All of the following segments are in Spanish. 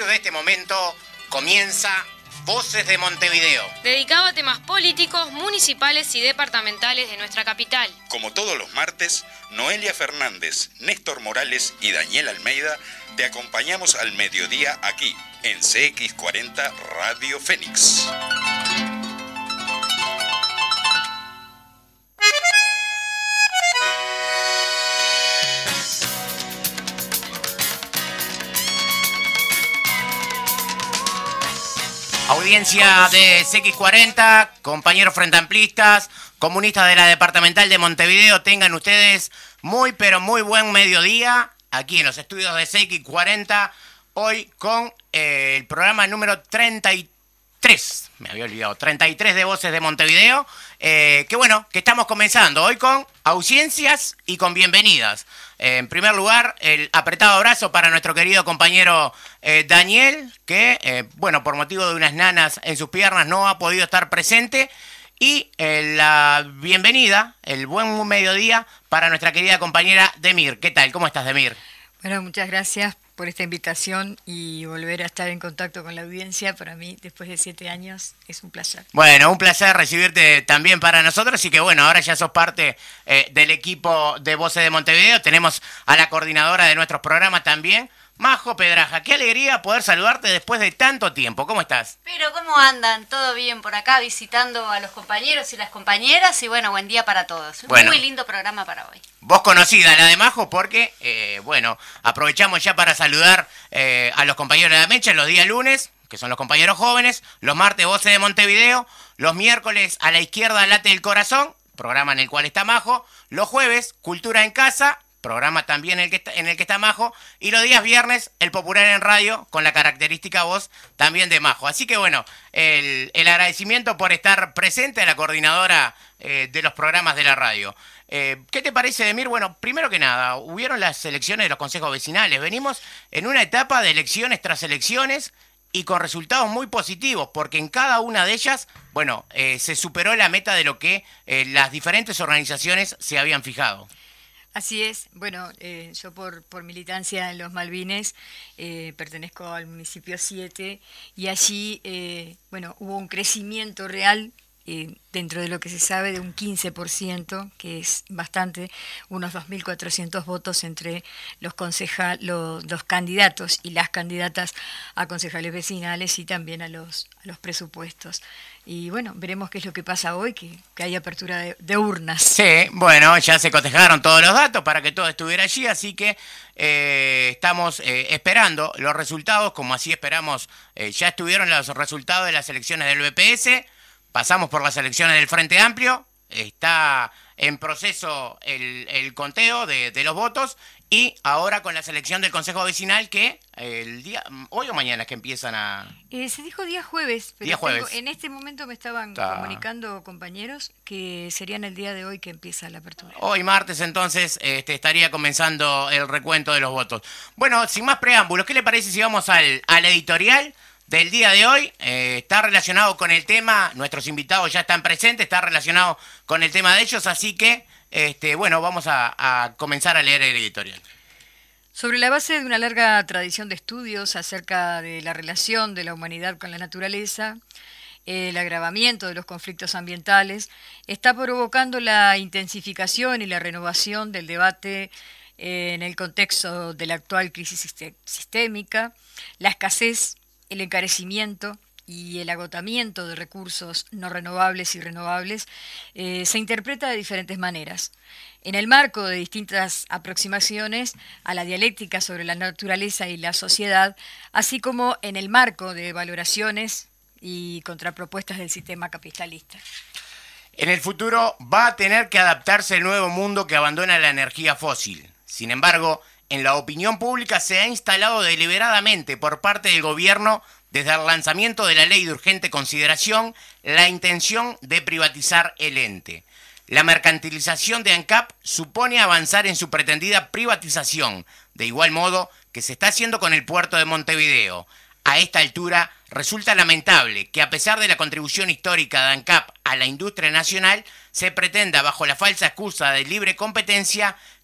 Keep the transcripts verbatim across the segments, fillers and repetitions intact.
partir de este momento comienza Voces de Montevideo, dedicado a temas políticos, municipales y departamentales de nuestra capital. Como todos los martes, Noelia Fernández, Néstor Morales y Daniel Almeida te acompañamos al mediodía aquí, en C X cuarenta Radio Fénix. Audiencia de C X cuarenta, compañeros frentamplistas, comunistas de la departamental de Montevideo, tengan ustedes muy pero muy buen mediodía aquí en los estudios de C X cuarenta, hoy con eh, el programa número treinta y tres, me había olvidado, treinta y tres de Voces de Montevideo, eh, que bueno, que estamos comenzando hoy con ausencias y con bienvenidas. Eh, en primer lugar, el apretado abrazo para nuestro querido compañero eh, Daniel, que, eh, bueno, por motivo de unas nanas en sus piernas no ha podido estar presente. Y eh, la bienvenida, el buen mediodía para nuestra querida compañera Demir. ¿Qué tal? ¿Cómo estás, Demir? Bueno, muchas gracias por esta invitación y volver a estar en contacto con la audiencia. Para mí, después de siete años, es un placer. Bueno, un placer recibirte también para nosotros y que bueno, ahora ya sos parte eh, del equipo de Voces de Montevideo. Tenemos a la coordinadora de nuestros programas también, Majo Pedraja. Qué alegría poder saludarte después de tanto tiempo. ¿Cómo estás? Pero ¿cómo andan? ¿Todo bien por acá? Visitando a los compañeros y las compañeras y bueno, buen día para todos. Un bueno, muy lindo programa para hoy. Vos conocida la de Majo porque, eh, bueno, aprovechamos ya para saludar eh, a los compañeros de la Mecha los días lunes, que son los compañeros jóvenes, los martes Voces de Montevideo, los miércoles A la Izquierda Late el Corazón, programa en el cual está Majo, los jueves Cultura en Casa, programa también en el, que está, en el que está Majo, y los días viernes, El Popular en Radio, con la característica voz también de Majo. Así que bueno, el, el agradecimiento por estar presente a la coordinadora eh, de los programas de la radio. Eh, ¿Qué te parece, Demir? Bueno, primero que nada, hubieron las elecciones de los consejos vecinales. Venimos en una etapa de elecciones tras elecciones y con resultados muy positivos, porque en cada una de ellas, bueno, eh, se superó la meta de lo que eh, las diferentes organizaciones se habían fijado. Así es. Bueno, eh, yo por, por militancia en los Malvines eh, pertenezco al municipio siete y allí, eh, bueno, hubo un crecimiento real eh, dentro de lo que se sabe de un quince por ciento, que es bastante, unos dos mil cuatrocientos votos entre los, concejal, los, los candidatos y las candidatas a concejales vecinales y también a los, a los presupuestos. Y bueno, veremos qué es lo que pasa hoy, que, que hay apertura de, de urnas. Sí, bueno, ya se cotejaron todos los datos para que todo estuviera allí, así que eh, estamos eh, esperando los resultados, como así esperamos, eh, ya estuvieron los resultados de las elecciones del B P S, pasamos por las elecciones del Frente Amplio, está en proceso el, el conteo de, de los votos, y ahora con la selección del Consejo Vecinal que el día hoy o mañana es que empiezan a... Eh, se dijo día jueves, pero día jueves. Tengo, en este momento me estaban Ta. comunicando compañeros que serían el día de hoy que empieza la apertura. Hoy martes entonces este, estaría comenzando el recuento de los votos. Bueno, sin más preámbulos, ¿qué le parece si vamos al, al editorial del día de hoy? Eh, está relacionado con el tema, nuestros invitados ya están presentes, está relacionado con el tema de ellos, así que... Este, bueno, vamos a, a comenzar a leer el editorial. Sobre la base de una larga tradición de estudios acerca de la relación de la humanidad con la naturaleza, el agravamiento de los conflictos ambientales está provocando la intensificación y la renovación del debate en el contexto de la actual crisis sistémica, la escasez, el encarecimiento y el agotamiento de recursos no renovables y renovables eh, se interpreta de diferentes maneras. En el marco de distintas aproximaciones a la dialéctica sobre la naturaleza y la sociedad, así como en el marco de valoraciones y contrapropuestas del sistema capitalista. En el futuro va a tener que adaptarse el nuevo mundo que abandona la energía fósil. Sin embargo, en la opinión pública se ha instalado deliberadamente por parte del gobierno desde el lanzamiento de la ley de urgente consideración, la intención de privatizar el ente. La mercantilización de ANCAP supone avanzar en su pretendida privatización, de igual modo que se está haciendo con el puerto de Montevideo. A esta altura, resulta lamentable que a pesar de la contribución histórica de ANCAP a la industria nacional, se pretenda, bajo la falsa excusa de libre competencia,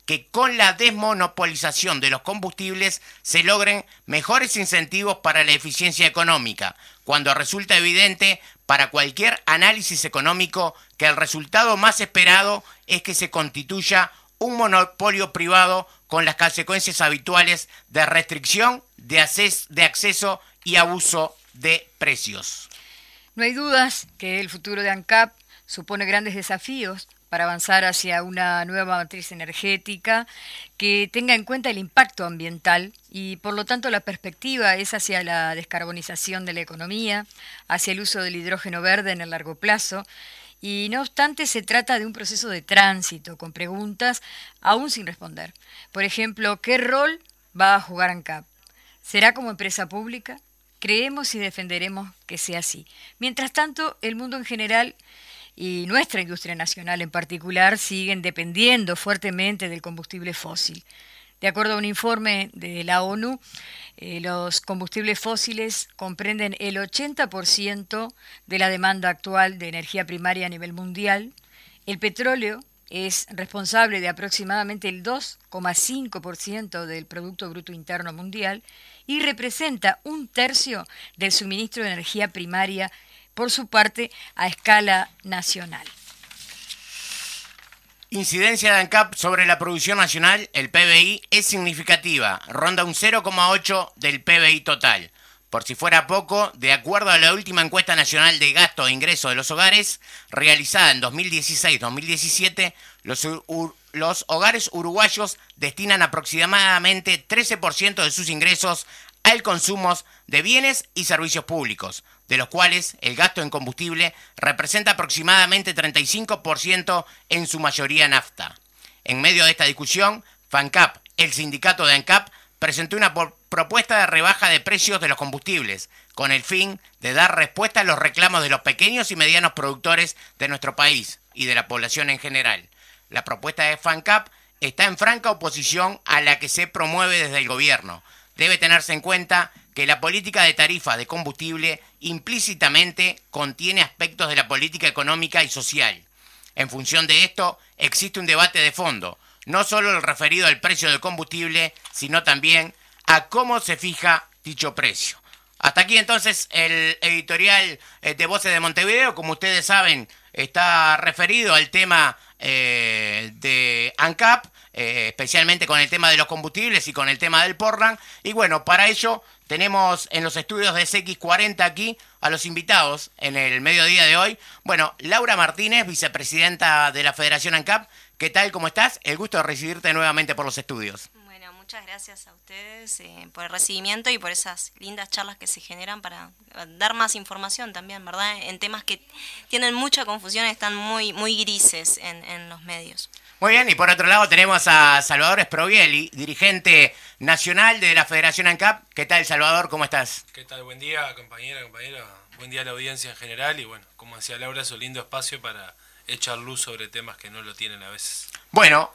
que con la desmonopolización de los combustibles se logren mejores incentivos para la eficiencia económica, cuando resulta evidente para cualquier análisis económico que el resultado más esperado es que se constituya un monopolio privado con las consecuencias habituales de restricción, de, acces- de acceso y abuso de precios. No hay dudas que el futuro de ANCAP supone grandes desafíos para avanzar hacia una nueva matriz energética que tenga en cuenta el impacto ambiental y por lo tanto la perspectiva es hacia la descarbonización de la economía, hacia el uso del hidrógeno verde en el largo plazo. Y no obstante, se trata de un proceso de tránsito, con preguntas aún sin responder. Por ejemplo, ¿qué rol va a jugar ANCAP? ¿Será como empresa pública? Creemos y defenderemos que sea así. Mientras tanto, el mundo en general y nuestra industria nacional en particular siguen dependiendo fuertemente del combustible fósil. De acuerdo a un informe de la ONU, eh, los combustibles fósiles comprenden el ochenta por ciento de la demanda actual de energía primaria a nivel mundial. El petróleo es responsable de aproximadamente el dos coma cinco por ciento del Producto Bruto Interno Mundial y representa un tercio del suministro de energía primaria, por su parte, a escala nacional. Incidencia de ANCAP sobre la producción nacional, el P B I, es significativa, ronda un cero coma ocho del P B I total. Por si fuera poco, de acuerdo a la última encuesta nacional de gasto e ingreso de los hogares, realizada en dos mil dieciséis dos mil diecisiete, los, ur, los hogares uruguayos destinan aproximadamente trece por ciento de sus ingresos al consumo de bienes y servicios públicos, de los cuales el gasto en combustible representa aproximadamente treinta y cinco por ciento, en su mayoría nafta. En medio de esta discusión, FANCAP, el sindicato de ANCAP, presentó una propuesta de rebaja de precios de los combustibles, con el fin de dar respuesta a los reclamos de los pequeños y medianos productores de nuestro país y de la población en general. La propuesta de FANCAP está en franca oposición a la que se promueve desde el gobierno. Debe tenerse en cuenta que la política de tarifas de combustible implícitamente contiene aspectos de la política económica y social. En función de esto, existe un debate de fondo, no solo el referido al precio del combustible, sino también a cómo se fija dicho precio. Hasta aquí entonces el editorial de Voces de Montevideo. Como ustedes saben, está referido al tema eh, de ANCAP, eh, especialmente con el tema de los combustibles y con el tema del Portland. Y bueno, para ello tenemos en los estudios de C X cuarenta aquí a los invitados en el mediodía de hoy. Bueno, Laura Martínez, vicepresidenta de la Federación ANCAP. ¿Qué tal? ¿Cómo estás? El gusto de recibirte nuevamente por los estudios. Bueno, muchas gracias a ustedes eh, por el recibimiento y por esas lindas charlas que se generan para dar más información también, ¿verdad? En temas que tienen mucha confusión, están muy, muy grises en, en los medios. Muy bien, y por otro lado tenemos a Salvador Sprovieli, dirigente nacional de la Federación ANCAP. ¿Qué tal, Salvador? ¿Cómo estás? ¿Qué tal? Buen día, compañera, compañero. Buen día a la audiencia en general y bueno, como decía Laura, es un lindo espacio para echar luz sobre temas que no lo tienen a veces. Bueno,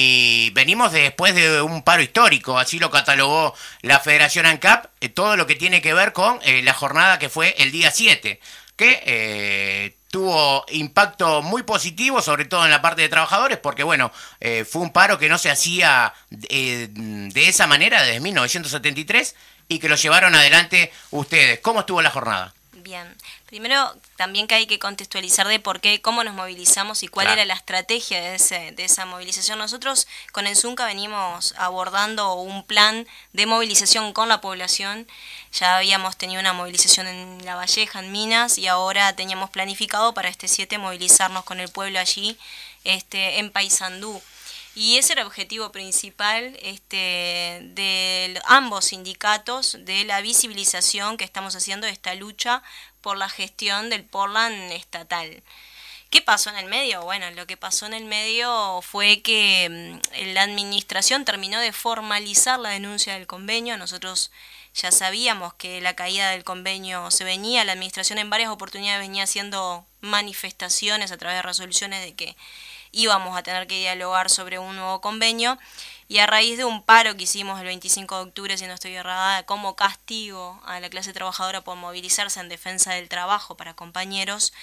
y venimos después de un paro histórico, así lo catalogó la Federación ANCAP, eh, todo lo que tiene que ver con eh, la jornada que fue el día siete, que eh, tuvo impacto muy positivo, sobre todo en la parte de trabajadores, porque bueno, eh, fue un paro que no se hacía eh, de esa manera desde mil novecientos setenta y tres y que lo llevaron adelante ustedes. ¿Cómo estuvo la jornada? Bien, primero también que hay que contextualizar de por qué, cómo nos movilizamos y cuál Claro. era la estrategia de, ese, de esa movilización. Nosotros con el Zunca venimos abordando un plan de movilización con la población. Ya habíamos tenido una movilización en La Valleja, en Minas, y ahora teníamos planificado para este siete movilizarnos con el pueblo allí, este, en Paysandú. Y ese era el objetivo principal este, de ambos sindicatos, de la visibilización que estamos haciendo de esta lucha por la gestión del Portland estatal. ¿Qué pasó en el medio? Bueno, lo que pasó en el medio fue que mmm, la administración terminó de formalizar la denuncia del convenio. Nosotros ya sabíamos que la caída del convenio se venía, la administración en varias oportunidades venía haciendo manifestaciones a través de resoluciones de que íbamos a tener que dialogar sobre un nuevo convenio, y a raíz de un paro que hicimos el veinticinco de octubre, si no estoy errada, como castigo a la clase trabajadora por movilizarse en defensa del trabajo para compañeros,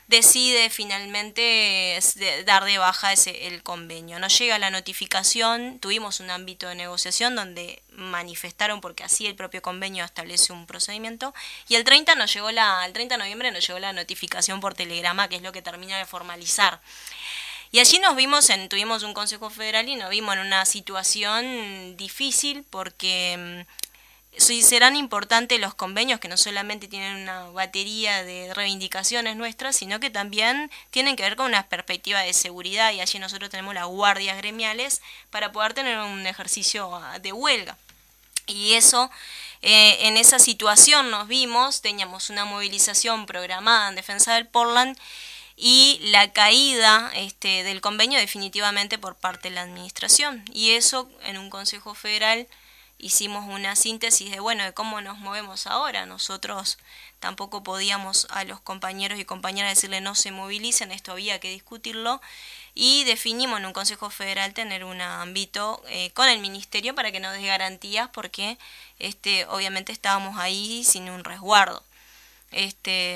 decide finalmente dar de baja ese, el convenio. Nos llega la notificación, tuvimos un ámbito de negociación donde manifestaron, porque así el propio convenio establece un procedimiento, y el treinta nos llegó la, el treinta de noviembre nos llegó la notificación por telegrama, que es lo que termina de formalizar. Y allí nos vimos, en, tuvimos un Consejo Federal y nos vimos en una situación difícil porque sí, serán importantes los convenios que no solamente tienen una batería de reivindicaciones nuestras, sino que también tienen que ver con una perspectiva de seguridad, y allí nosotros tenemos las guardias gremiales para poder tener un ejercicio de huelga. Y eso, eh, en esa situación nos vimos, teníamos una movilización programada en defensa del Portland, y la caída este, del convenio definitivamente por parte de la administración. Y eso en un Consejo Federal hicimos una síntesis de, bueno, de cómo nos movemos ahora. Nosotros tampoco podíamos a los compañeros y compañeras decirle no se movilicen, esto había que discutirlo. Y definimos en un Consejo Federal tener un ámbito eh, con el Ministerio para que nos dé garantías, porque este, obviamente estábamos ahí sin un resguardo. Este...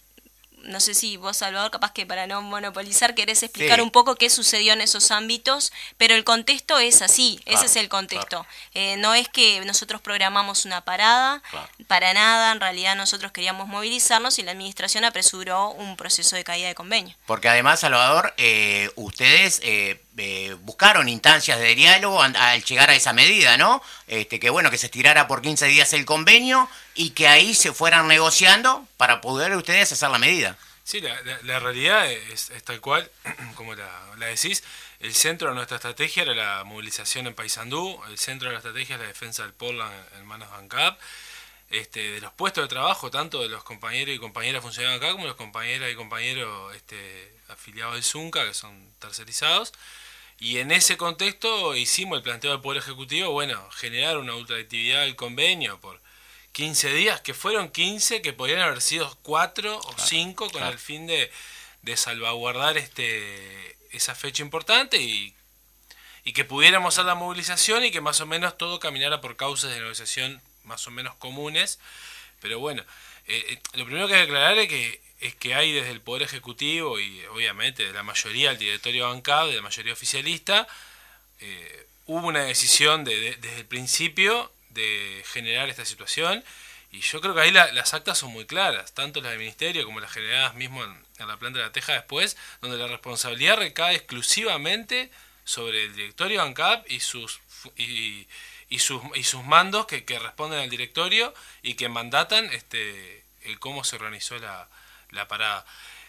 No sé si vos, Salvador, capaz que para no monopolizar querés explicar sí. un poco qué sucedió en esos ámbitos, pero el contexto es así, claro, ese es el contexto. Claro. Eh, no es que nosotros programamos una parada, claro. para nada, en realidad nosotros queríamos movilizarnos y la administración apresuró un proceso de caída de convenio. Porque además, Salvador, eh, ustedes eh, eh, buscaron instancias de diálogo al, al llegar a esa medida, ¿no? Este, que bueno, que se estirara por quince días el convenio y que ahí se fueran negociando para poder ustedes hacer la medida. Sí, la, la, la realidad es, es tal cual, como la, la decís. El centro de nuestra estrategia era la movilización en Paysandú, el centro de la estrategia es la defensa del Portland en manos de ANCAP, este, de los puestos de trabajo, tanto de los compañeros y compañeras funcionarios acá, como de los compañeras y compañeros este, afiliados del Zunca, que son tercerizados. Y en ese contexto hicimos el planteo del Poder Ejecutivo, bueno, generar una ultraactividad del convenio por quince días, que fueron quince, que podrían haber sido cuatro o cinco, con claro. el fin de, de salvaguardar este esa fecha importante y, y que pudiéramos hacer la movilización y que más o menos todo caminara por causas de negociación más o menos comunes. Pero bueno, eh, lo primero que hay que aclarar es que, es que hay desde el Poder Ejecutivo y obviamente de la mayoría del directorio de ANCAP, de la mayoría oficialista, eh, hubo una decisión de, de, desde el principio de generar esta situación, y yo creo que ahí la, las actas son muy claras, tanto las del Ministerio como las generadas mismo en, en la planta de La Teja después, donde la responsabilidad recae exclusivamente sobre el directorio de ANCAP y sus y, y sus y sus mandos que, que responden al directorio y que mandatan este el cómo se organizó la, la parada.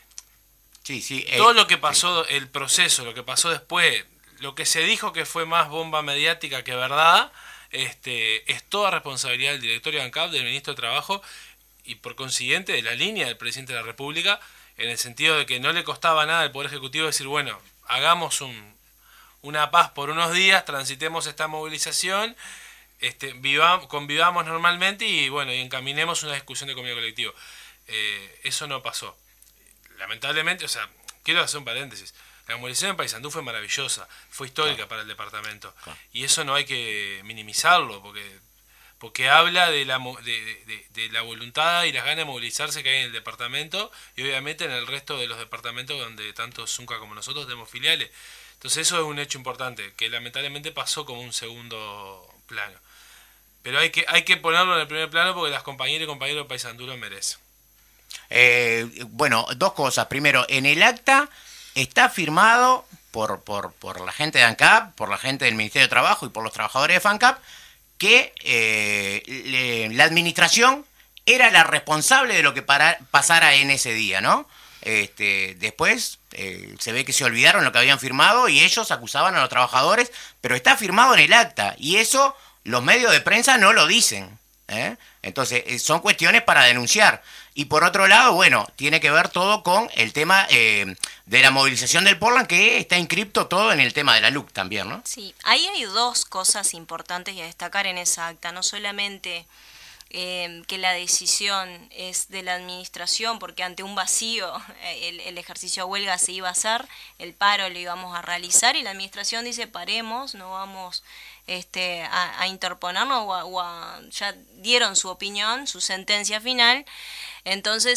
Sí, sí, Todo eh, lo que pasó, sí. el proceso, lo que pasó después, lo que se dijo que fue más bomba mediática que verdad, Este, es toda responsabilidad del directorio de ANCAP, del ministro de Trabajo y por consiguiente de la línea del presidente de la República, en el sentido de que no le costaba nada al Poder Ejecutivo decir, bueno, hagamos un, una paz por unos días, transitemos esta movilización, este, vivamos, convivamos normalmente y bueno, y encaminemos una discusión de convenio colectivo. Eh, eso no pasó. Lamentablemente, o sea, quiero hacer un paréntesis. La movilización en Paysandú fue maravillosa, fue histórica claro. para el departamento. Claro. Y eso no hay que minimizarlo, porque porque habla de la, de, de, de la voluntad y las ganas de movilizarse que hay en el departamento y obviamente en el resto de los departamentos donde tanto Zunca como nosotros tenemos filiales. Entonces eso es un hecho importante, que lamentablemente pasó como un segundo plano. Pero hay que, hay que ponerlo en el primer plano porque las compañeras y compañeros de Paysandú lo merecen. Eh, bueno, dos cosas. Primero, en el acta está firmado por, por, por la gente de ANCAP, por la gente del Ministerio de Trabajo y por los trabajadores de FANCAP, que eh, le, la administración era la responsable de lo que para, pasara en ese día, ¿no? Este, después eh, se ve que se olvidaron lo que habían firmado y ellos acusaban a los trabajadores, pero está firmado en el acta y eso los medios de prensa no lo dicen, ¿eh? Entonces eh, son cuestiones para denunciar. Y por otro lado, bueno, tiene que ver todo con el tema eh, de la movilización del Portland, que está inscripto todo en el tema de la L U C también, ¿no? Sí, ahí hay dos cosas importantes a destacar en esa acta. No solamente eh, que la decisión es de la administración, porque ante un vacío el, el ejercicio de huelga se iba a hacer, el paro lo íbamos a realizar, y la administración dice paremos, no vamos este, a, a interponernos, o a, o a, ya dieron su opinión, su sentencia final. Entonces,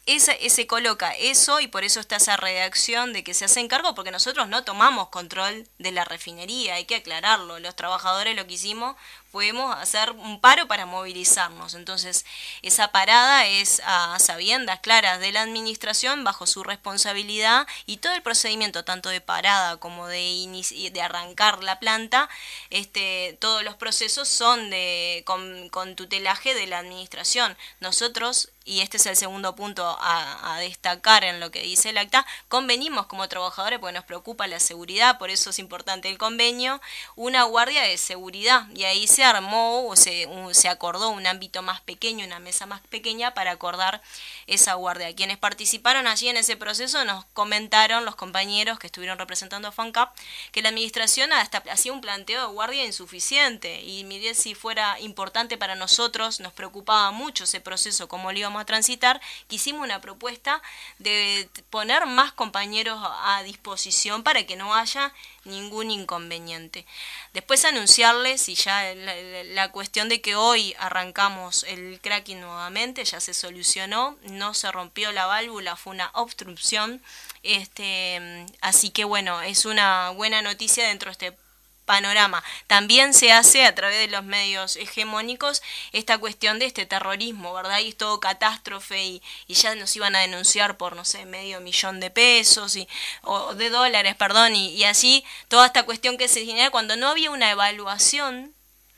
esa, se coloca eso y por eso está esa redacción de que se hacen cargo, porque nosotros no tomamos control de la refinería, hay que aclararlo. Los trabajadores lo que hicimos podemos hacer un paro para movilizarnos. Entonces, esa parada es a sabiendas claras de la administración, bajo su responsabilidad, y todo el procedimiento, tanto de parada como de, inici- de arrancar la planta, este, todos los procesos son de con, con tutelaje de la administración. Nosotros, y este es el segundo punto a, a destacar en lo que dice el acta, convenimos como trabajadores, porque nos preocupa la seguridad, por eso es importante el convenio, una guardia de seguridad, y ahí se armó o se, un, se acordó un ámbito más pequeño, una mesa más pequeña para acordar esa guardia. Quienes participaron allí en ese proceso nos comentaron, los compañeros que estuvieron representando a FANCAP, que la administración hasta hacía un planteo de guardia insuficiente, y miré si fuera importante para nosotros, nos preocupaba mucho ese proceso, cómo lo íbamos a transitar, que hicimos una propuesta de poner más compañeros a disposición para que no haya ningún inconveniente. Después anunciarles, y ya la, la cuestión de que hoy arrancamos el cracking nuevamente, ya se solucionó, no se rompió la válvula, fue una obstrucción, este, así que bueno, es una buena noticia dentro de este panorama. También se hace a través de los medios hegemónicos esta cuestión de este terrorismo, ¿verdad? Y es todo catástrofe y, y ya nos iban a denunciar por, no sé, medio millón de pesos y, o de dólares, perdón, y, y así toda esta cuestión que se genera cuando no había una evaluación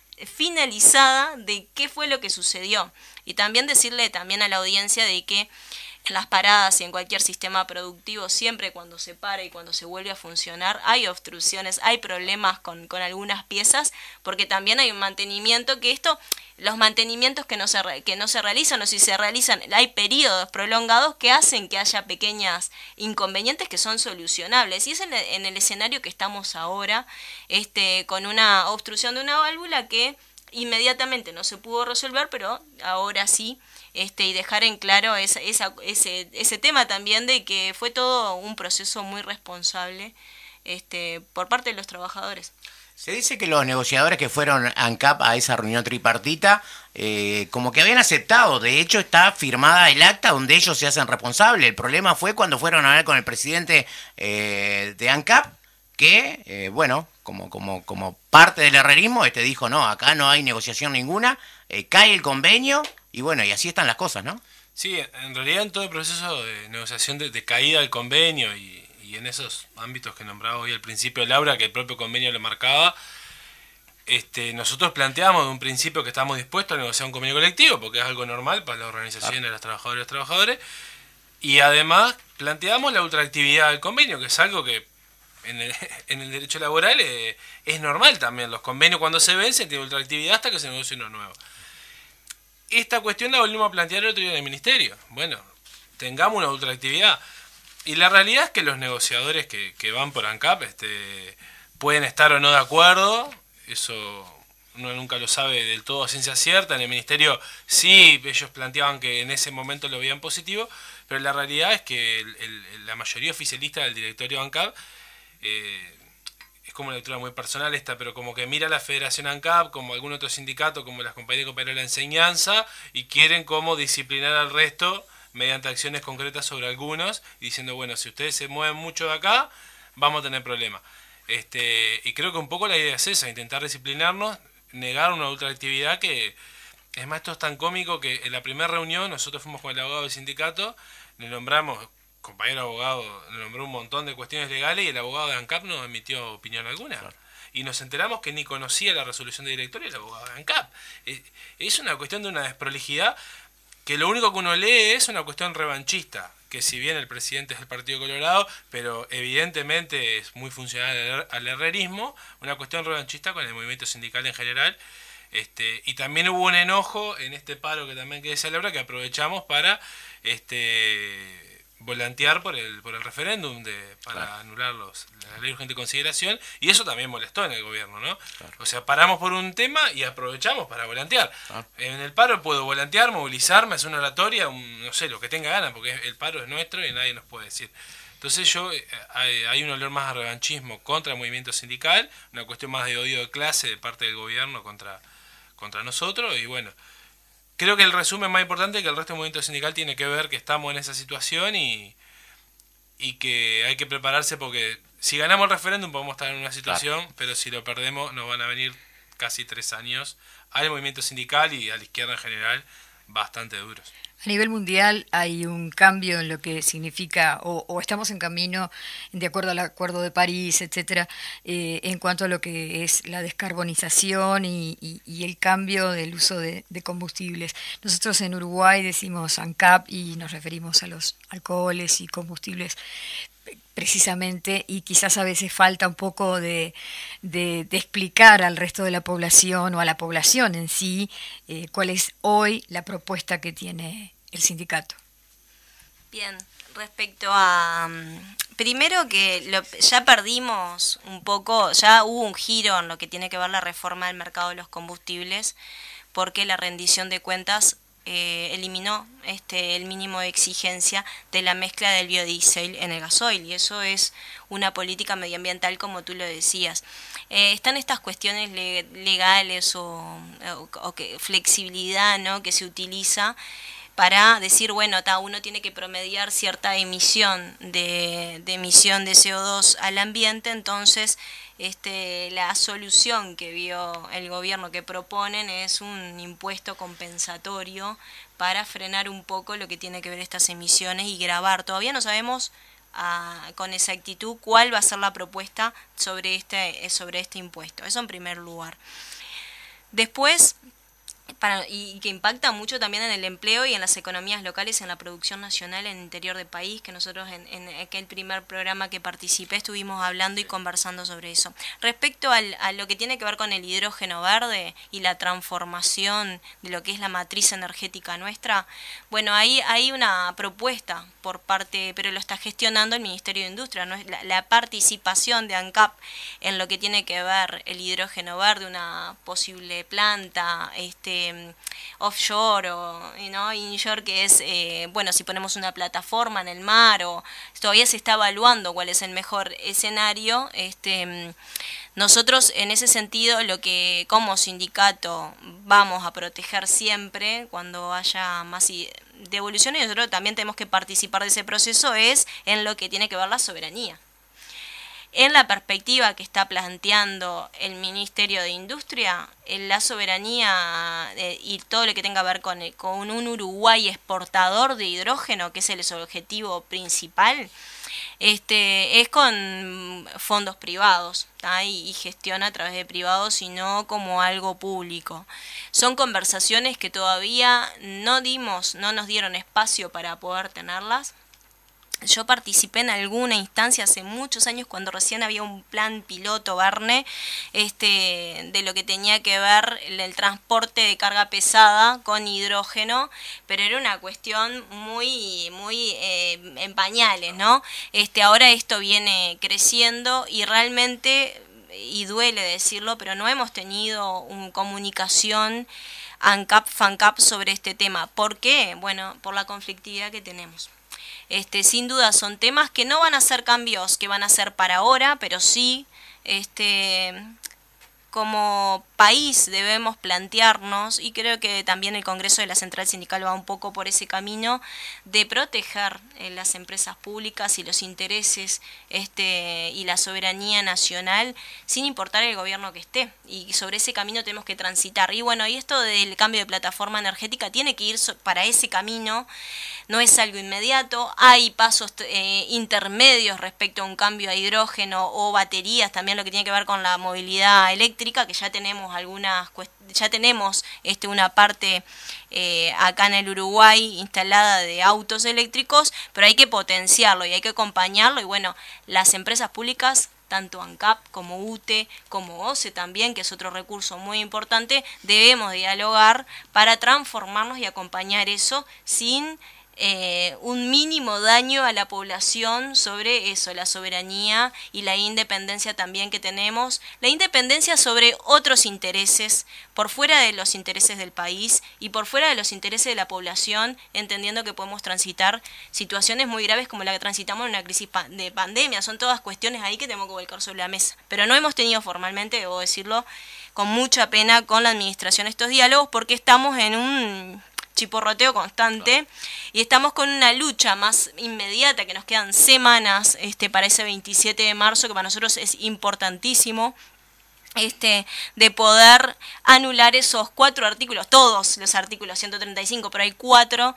finalizada de qué fue lo que sucedió. Y también decirle también a la audiencia de que en las paradas y en cualquier sistema productivo, siempre cuando se para y cuando se vuelve a funcionar, hay obstrucciones, hay problemas con, con algunas piezas, porque también hay un mantenimiento, que esto, los mantenimientos que no se, que no se realizan, o si se realizan, hay periodos prolongados que hacen que haya pequeñas inconvenientes que son solucionables, y es en el, en el escenario que estamos ahora, este, con una obstrucción de una válvula que inmediatamente no se pudo resolver, pero ahora sí. Este, y dejar en claro esa, esa, ese, ese tema también de que fue todo un proceso muy responsable este, por parte de los trabajadores. Se dice que los negociadores que fueron a ANCAP a esa reunión tripartita, eh, como que habían aceptado, de hecho está firmada el acta donde ellos se hacen responsables. El problema fue cuando fueron a hablar con el presidente eh, de ANCAP, que, eh, bueno, como, como, como parte del herrerismo, este dijo, no, acá no hay negociación ninguna, eh, cae el convenio, y bueno, y así están las cosas, ¿no? Sí, en realidad en todo el proceso de negociación de, de caída del convenio y, y en esos ámbitos que nombraba hoy al principio Laura, que el propio convenio lo marcaba, este, nosotros planteamos de un principio que estábamos dispuestos a negociar un convenio colectivo, porque es algo normal para la organización de los trabajadores y los trabajadores, y además planteamos la ultraactividad del convenio, que es algo que en el, en el derecho laboral eh, es normal también. Los convenios cuando se vencen tienen ultraactividad hasta que se negocie uno nuevo. Esta cuestión la volvimos a plantear el otro día en el Ministerio. Bueno, tengamos una ultraactividad. Y la realidad es que los negociadores que, que van por ANCAP este, pueden estar o no de acuerdo. Eso uno nunca lo sabe del todo a ciencia cierta. En el Ministerio sí, ellos planteaban que en ese momento lo veían positivo, pero la realidad es que el, el, la mayoría oficialista del directorio de ANCAP eh, es como una lectura muy personal esta, pero como que mira a la Federación ANCAP como algún otro sindicato, como las compañías de cooperación de la enseñanza, y quieren como disciplinar al resto mediante acciones concretas sobre algunos, y diciendo, bueno, si ustedes se mueven mucho de acá, vamos a tener problemas. Este, y creo que un poco la idea es esa, intentar disciplinarnos, negar una ultraactividad que, es más, esto es tan cómico que en la primera reunión nosotros fuimos con el abogado del sindicato, le nombramos, compañero abogado, le nombró un montón de cuestiones legales y el abogado de ANCAP no emitió opinión alguna. Claro. Y nos enteramos que ni conocía la resolución de directorio el abogado de ANCAP. Es una cuestión de una desprolijidad que lo único que uno lee es una cuestión revanchista, que si bien el presidente es del Partido Colorado, pero evidentemente es muy funcional al herrerismo, una cuestión revanchista con el movimiento sindical en general. Este, y también hubo un enojo en este paro que también que celebra, que aprovechamos para este volantear por el por el referéndum de para claro. anular los, la ley de urgente consideración, y eso también molestó en el gobierno, ¿no? Claro. O sea, paramos por un tema y aprovechamos para volantear. Claro. En el paro puedo volantear, movilizarme, hacer una oratoria, un, no sé, lo que tenga ganas, porque el paro es nuestro y nadie nos puede decir. Entonces yo hay, hay un olor más a revanchismo contra el movimiento sindical, una cuestión más de odio de clase de parte del gobierno contra, contra nosotros, y bueno, creo que el resumen más importante es que el resto del movimiento sindical tiene que ver que estamos en esa situación y, y que hay que prepararse porque si ganamos el referéndum podemos estar en una situación, claro, pero si lo perdemos nos van a venir casi tres años al movimiento sindical y a la izquierda en general bastante duros. A nivel mundial hay un cambio en lo que significa, o, o estamos en camino, de acuerdo al Acuerdo de París, etcétera, eh, en cuanto a lo que es la descarbonización y, y, y el cambio del uso de, de combustibles. Nosotros en Uruguay decimos ANCAP y nos referimos a los alcoholes y combustibles precisamente, y quizás a veces falta un poco de, de, de explicar al resto de la población o a la población en sí eh, cuál es hoy la propuesta que tiene el sindicato. Bien, respecto a... Primero que lo, ya perdimos un poco, ya hubo un giro en lo que tiene que ver la reforma del mercado de los combustibles, porque la rendición de cuentas Eh, eliminó este el mínimo de exigencia de la mezcla del biodiesel en el gasoil, y eso es una política medioambiental como tú lo decías. Eh, están estas cuestiones le, legales o, o, o que, flexibilidad, ¿no?, que se utiliza para decir, bueno, ta, uno tiene que promediar cierta emisión de, de emisión de C O dos al ambiente, entonces este, la solución que vio el gobierno que proponen es un impuesto compensatorio para frenar un poco lo que tiene que ver estas emisiones y grabar. Todavía no sabemos a, con exactitud cuál va a ser la propuesta sobre este, sobre este impuesto. Eso en primer lugar. Después, Para, y que impacta mucho también en el empleo y en las economías locales, en la producción nacional en el interior del país, que nosotros en, en aquel primer programa que participé estuvimos hablando y conversando sobre eso. Respecto al, a lo que tiene que ver con el hidrógeno verde y la transformación de lo que es la matriz energética nuestra, bueno, ahí hay una propuesta por parte, pero lo está gestionando el Ministerio de Industria, ¿no? la, la participación de ANCAP en lo que tiene que ver el hidrógeno verde, una posible planta, este offshore o ¿no? inshore, que es, eh, bueno, si ponemos una plataforma en el mar, o todavía se está evaluando cuál es el mejor escenario. Este, nosotros en ese sentido lo que como sindicato vamos a proteger siempre cuando haya más devolución, y nosotros también tenemos que participar de ese proceso, es en lo que tiene que ver la soberanía. En la perspectiva que está planteando el Ministerio de Industria, la soberanía eh, y todo lo que tenga que ver con, el, con un Uruguay exportador de hidrógeno, que es el, el objetivo principal, este, es con fondos privados, ¿tá? y, y gestión a través de privados y no como algo público. Son conversaciones que todavía no dimos, no nos dieron espacio para poder tenerlas. Yo participé en alguna instancia hace muchos años cuando recién había un plan piloto Verne, este, de lo que tenía que ver el, el transporte de carga pesada con hidrógeno, pero era una cuestión muy, muy eh, en pañales, ¿no? Este, ahora esto viene creciendo y realmente, y duele decirlo, pero no hemos tenido una comunicación ANCAP, FANCAP sobre este tema. ¿Por qué? Bueno, por la conflictividad que tenemos. Este, sin duda son temas que no van a ser cambios que van a ser para ahora, pero sí, este, como país debemos plantearnos, y creo que también el Congreso de la Central Sindical va un poco por ese camino, de proteger eh, las empresas públicas y los intereses este, y la soberanía nacional, sin importar el gobierno que esté, y sobre ese camino tenemos que transitar. Y bueno, y esto del cambio de plataforma energética tiene que ir para ese camino. No es algo inmediato, hay pasos eh, intermedios respecto a un cambio a hidrógeno o baterías, también lo que tiene que ver con la movilidad eléctrica, que ya tenemos algunas ya tenemos este, una parte eh, acá en el Uruguay instalada de autos eléctricos, pero hay que potenciarlo y hay que acompañarlo, y bueno, las empresas públicas, tanto ANCAP como U T E, como O C E también, que es otro recurso muy importante, debemos dialogar para transformarnos y acompañar eso sin Eh, un mínimo daño a la población sobre eso, la soberanía y la independencia también que tenemos, la independencia sobre otros intereses, por fuera de los intereses del país y por fuera de los intereses de la población, entendiendo que podemos transitar situaciones muy graves como la que transitamos en una crisis de pandemia. Son todas cuestiones ahí que tenemos que volcar sobre la mesa, pero no hemos tenido formalmente, debo decirlo, con mucha pena con la administración estos diálogos, porque estamos en un chiporroteo constante. Y estamos con una lucha más inmediata, que nos quedan semanas este, para ese veintisiete de marzo, que para nosotros es importantísimo. Este, de poder anular esos cuatro artículos, todos los artículos ciento treinta y cinco, pero hay cuatro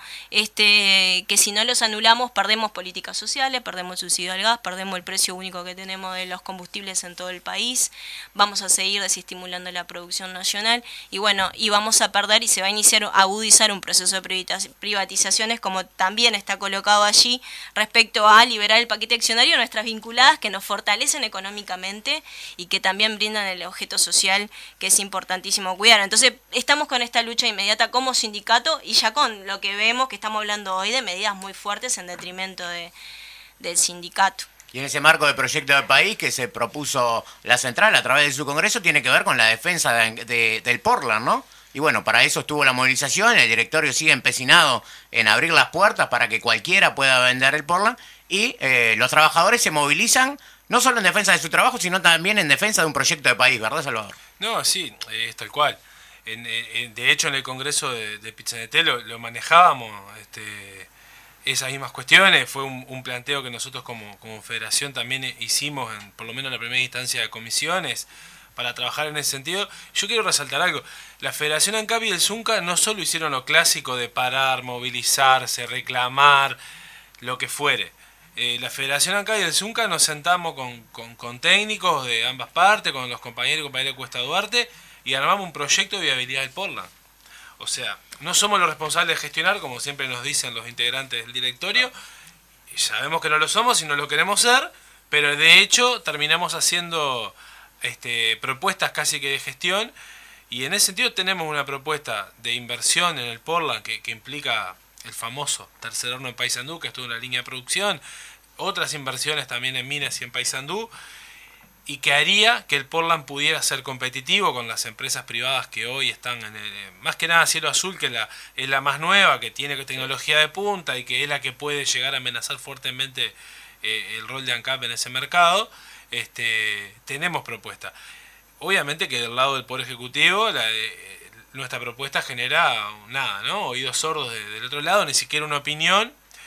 este, que si no los anulamos perdemos políticas sociales, perdemos el subsidio al gas, perdemos el precio único que tenemos de los combustibles en todo el país, vamos a seguir desestimulando la producción nacional y bueno, y vamos a perder y se va a iniciar, a agudizar un proceso de privatizaciones como también está colocado allí respecto a liberar el paquete accionario a nuestras vinculadas que nos fortalecen económicamente y que también brindan el objeto social que es importantísimo cuidar. Entonces estamos con esta lucha inmediata como sindicato y ya con lo que vemos que estamos hablando hoy de medidas muy fuertes en detrimento de, del sindicato. Y en ese marco de proyecto de país que se propuso la central a través de su congreso tiene que ver con la defensa de, de, del Portland, ¿no? Y bueno, para eso estuvo la movilización, el directorio sigue empecinado en abrir las puertas para que cualquiera pueda vender el Portland y eh, los trabajadores se movilizan no solo en defensa de su trabajo, sino también en defensa de un proyecto de país, ¿verdad, Salvador? No, sí, es tal cual. En, en, de hecho, en el Congreso de, de Pit-C N T lo, lo manejábamos, este, esas mismas cuestiones. Fue un, un planteo que nosotros como, como federación también hicimos, en, por lo menos en la primera instancia de comisiones, para trabajar en ese sentido. Yo quiero resaltar algo. La Federación ANCAP y el ZUNCA no solo hicieron lo clásico de parar, movilizarse, reclamar, lo que fuere. Eh, la Federación ANCAP y el ZUNCA nos sentamos con, con, con técnicos de ambas partes, con los compañeros y compañeras de Cuesta Duarte, y armamos un proyecto de viabilidad del Portland. O sea, no somos los responsables de gestionar, como siempre nos dicen los integrantes del directorio, y sabemos que no lo somos y no lo queremos ser, pero de hecho terminamos haciendo este, propuestas casi que de gestión, y en ese sentido tenemos una propuesta de inversión en el Portland que, que implica el famoso tercer horno en Paysandú, que estuvo en la línea de producción, otras inversiones también en minas y en Paysandú, y que haría que el Portland pudiera ser competitivo con las empresas privadas que hoy están en el, más que nada Cielo Azul, que es la, es la más nueva, que tiene tecnología de punta y que es la que puede llegar a amenazar fuertemente eh, el rol de ANCAP en ese mercado. Este, tenemos propuesta. Obviamente que del lado del Poder Ejecutivo la, eh, nuestra propuesta genera nada, ¿no? Oídos sordos de, del otro lado, ni siquiera una opinión,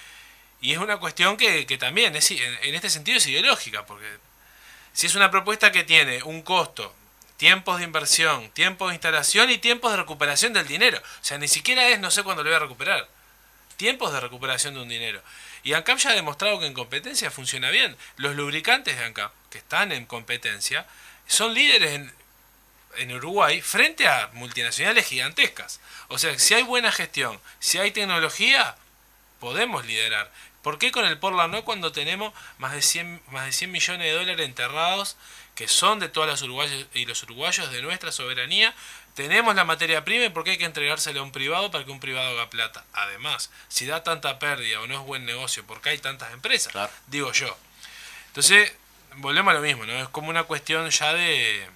y es una cuestión que, que también es, en, en este sentido es ideológica, porque si es una propuesta que tiene un costo, tiempos de inversión, tiempos de instalación y tiempos de recuperación del dinero, o sea, ni siquiera es no sé cuándo lo voy a recuperar, tiempos de recuperación de un dinero. Y ANCAP ya ha demostrado que en competencia funciona bien. Los lubricantes de ANCAP, que están en competencia, son líderes en en Uruguay frente a multinacionales gigantescas. O sea, si hay buena gestión, si hay tecnología, podemos liderar. ¿Por qué con el Portland no cuando tenemos más de cien, más de cien millones de dólares enterrados, que son de todas las uruguayas y los uruguayos, de nuestra soberanía? Tenemos la materia prima y ¿por qué hay que entregársela a un privado para que un privado haga plata? Además, si da tanta pérdida o no es buen negocio, ¿por qué hay tantas empresas? Claro. Digo yo. Entonces, volvemos a lo mismo, ¿no? Es como una cuestión ya de...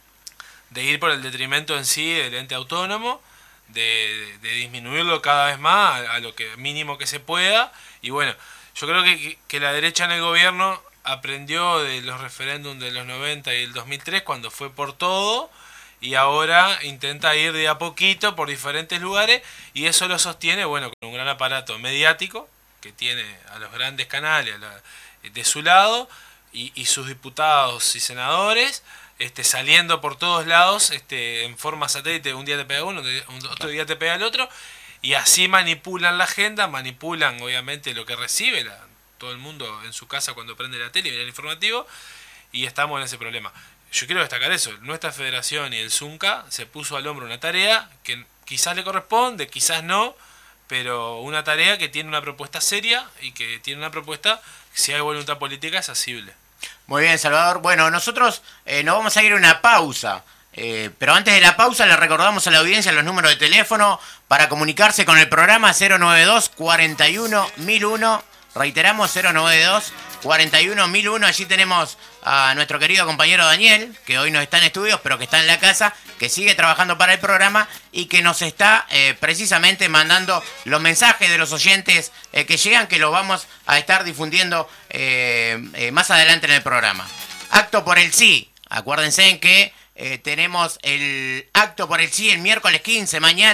de ir por el detrimento en sí del ente autónomo, de, de disminuirlo cada vez más a, a lo que mínimo que se pueda. Y bueno, yo creo que, que la derecha en el gobierno aprendió de los referéndums de los noventa y el dos mil tres cuando fue por todo, y ahora intenta ir de a poquito por diferentes lugares, y eso lo sostiene, bueno, con un gran aparato mediático que tiene a los grandes canales a la, de su lado, y, y sus diputados y senadores Este, saliendo por todos lados este, en forma satélite, un día te pega uno, otro día te pega el otro, y así manipulan la agenda, manipulan obviamente lo que recibe la, todo el mundo en su casa cuando prende la tele y mira el informativo, y estamos en ese problema. Yo quiero destacar eso, nuestra federación y el ZUNCA se puso al hombro una tarea que quizás le corresponde, quizás no, pero una tarea que tiene una propuesta seria y que tiene una propuesta, si hay voluntad política, es asible. Muy bien, Salvador. Bueno, nosotros eh, nos vamos a ir a una pausa, eh, pero antes de la pausa le recordamos a la audiencia los números de teléfono para comunicarse con el programa cero noventa y dos, cuarenta y uno, mil uno, reiteramos cero noventa y dos, cuarenta y uno, mil uno. Allí tenemos a nuestro querido compañero Daniel, que hoy no está en estudios, pero que está en la casa, que sigue trabajando para el programa y que nos está eh, precisamente mandando los mensajes de los oyentes eh, que llegan, que los vamos a estar difundiendo eh, eh, más adelante en el programa. Acto por el sí. Acuérdense en que eh, tenemos el acto por el sí el miércoles quince, mañana,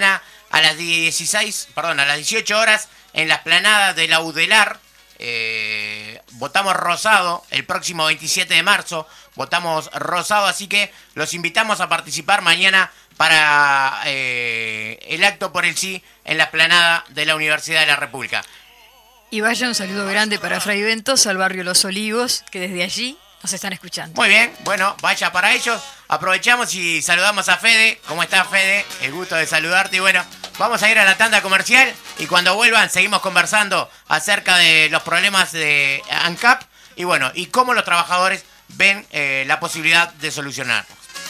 a las dieciséis, perdón, a las dieciocho horas en la explanada de la Udelar. Eh, votamos rosado el próximo veintisiete de marzo, votamos rosado, así que los invitamos a participar mañana para eh, el acto por el sí en la explanada de la Universidad de la República. Y vaya un saludo grande para Fray Ventos, al barrio Los Olivos, que desde allí nos están escuchando. Muy bien, bueno, vaya para ellos. Aprovechamos y saludamos a Fede. ¿Cómo estás, Fede? El gusto de saludarte. Y bueno, vamos a ir a la tanda comercial y cuando vuelvan seguimos conversando acerca de los problemas de ANCAP y bueno, y cómo los trabajadores ven eh, la posibilidad de solucionar.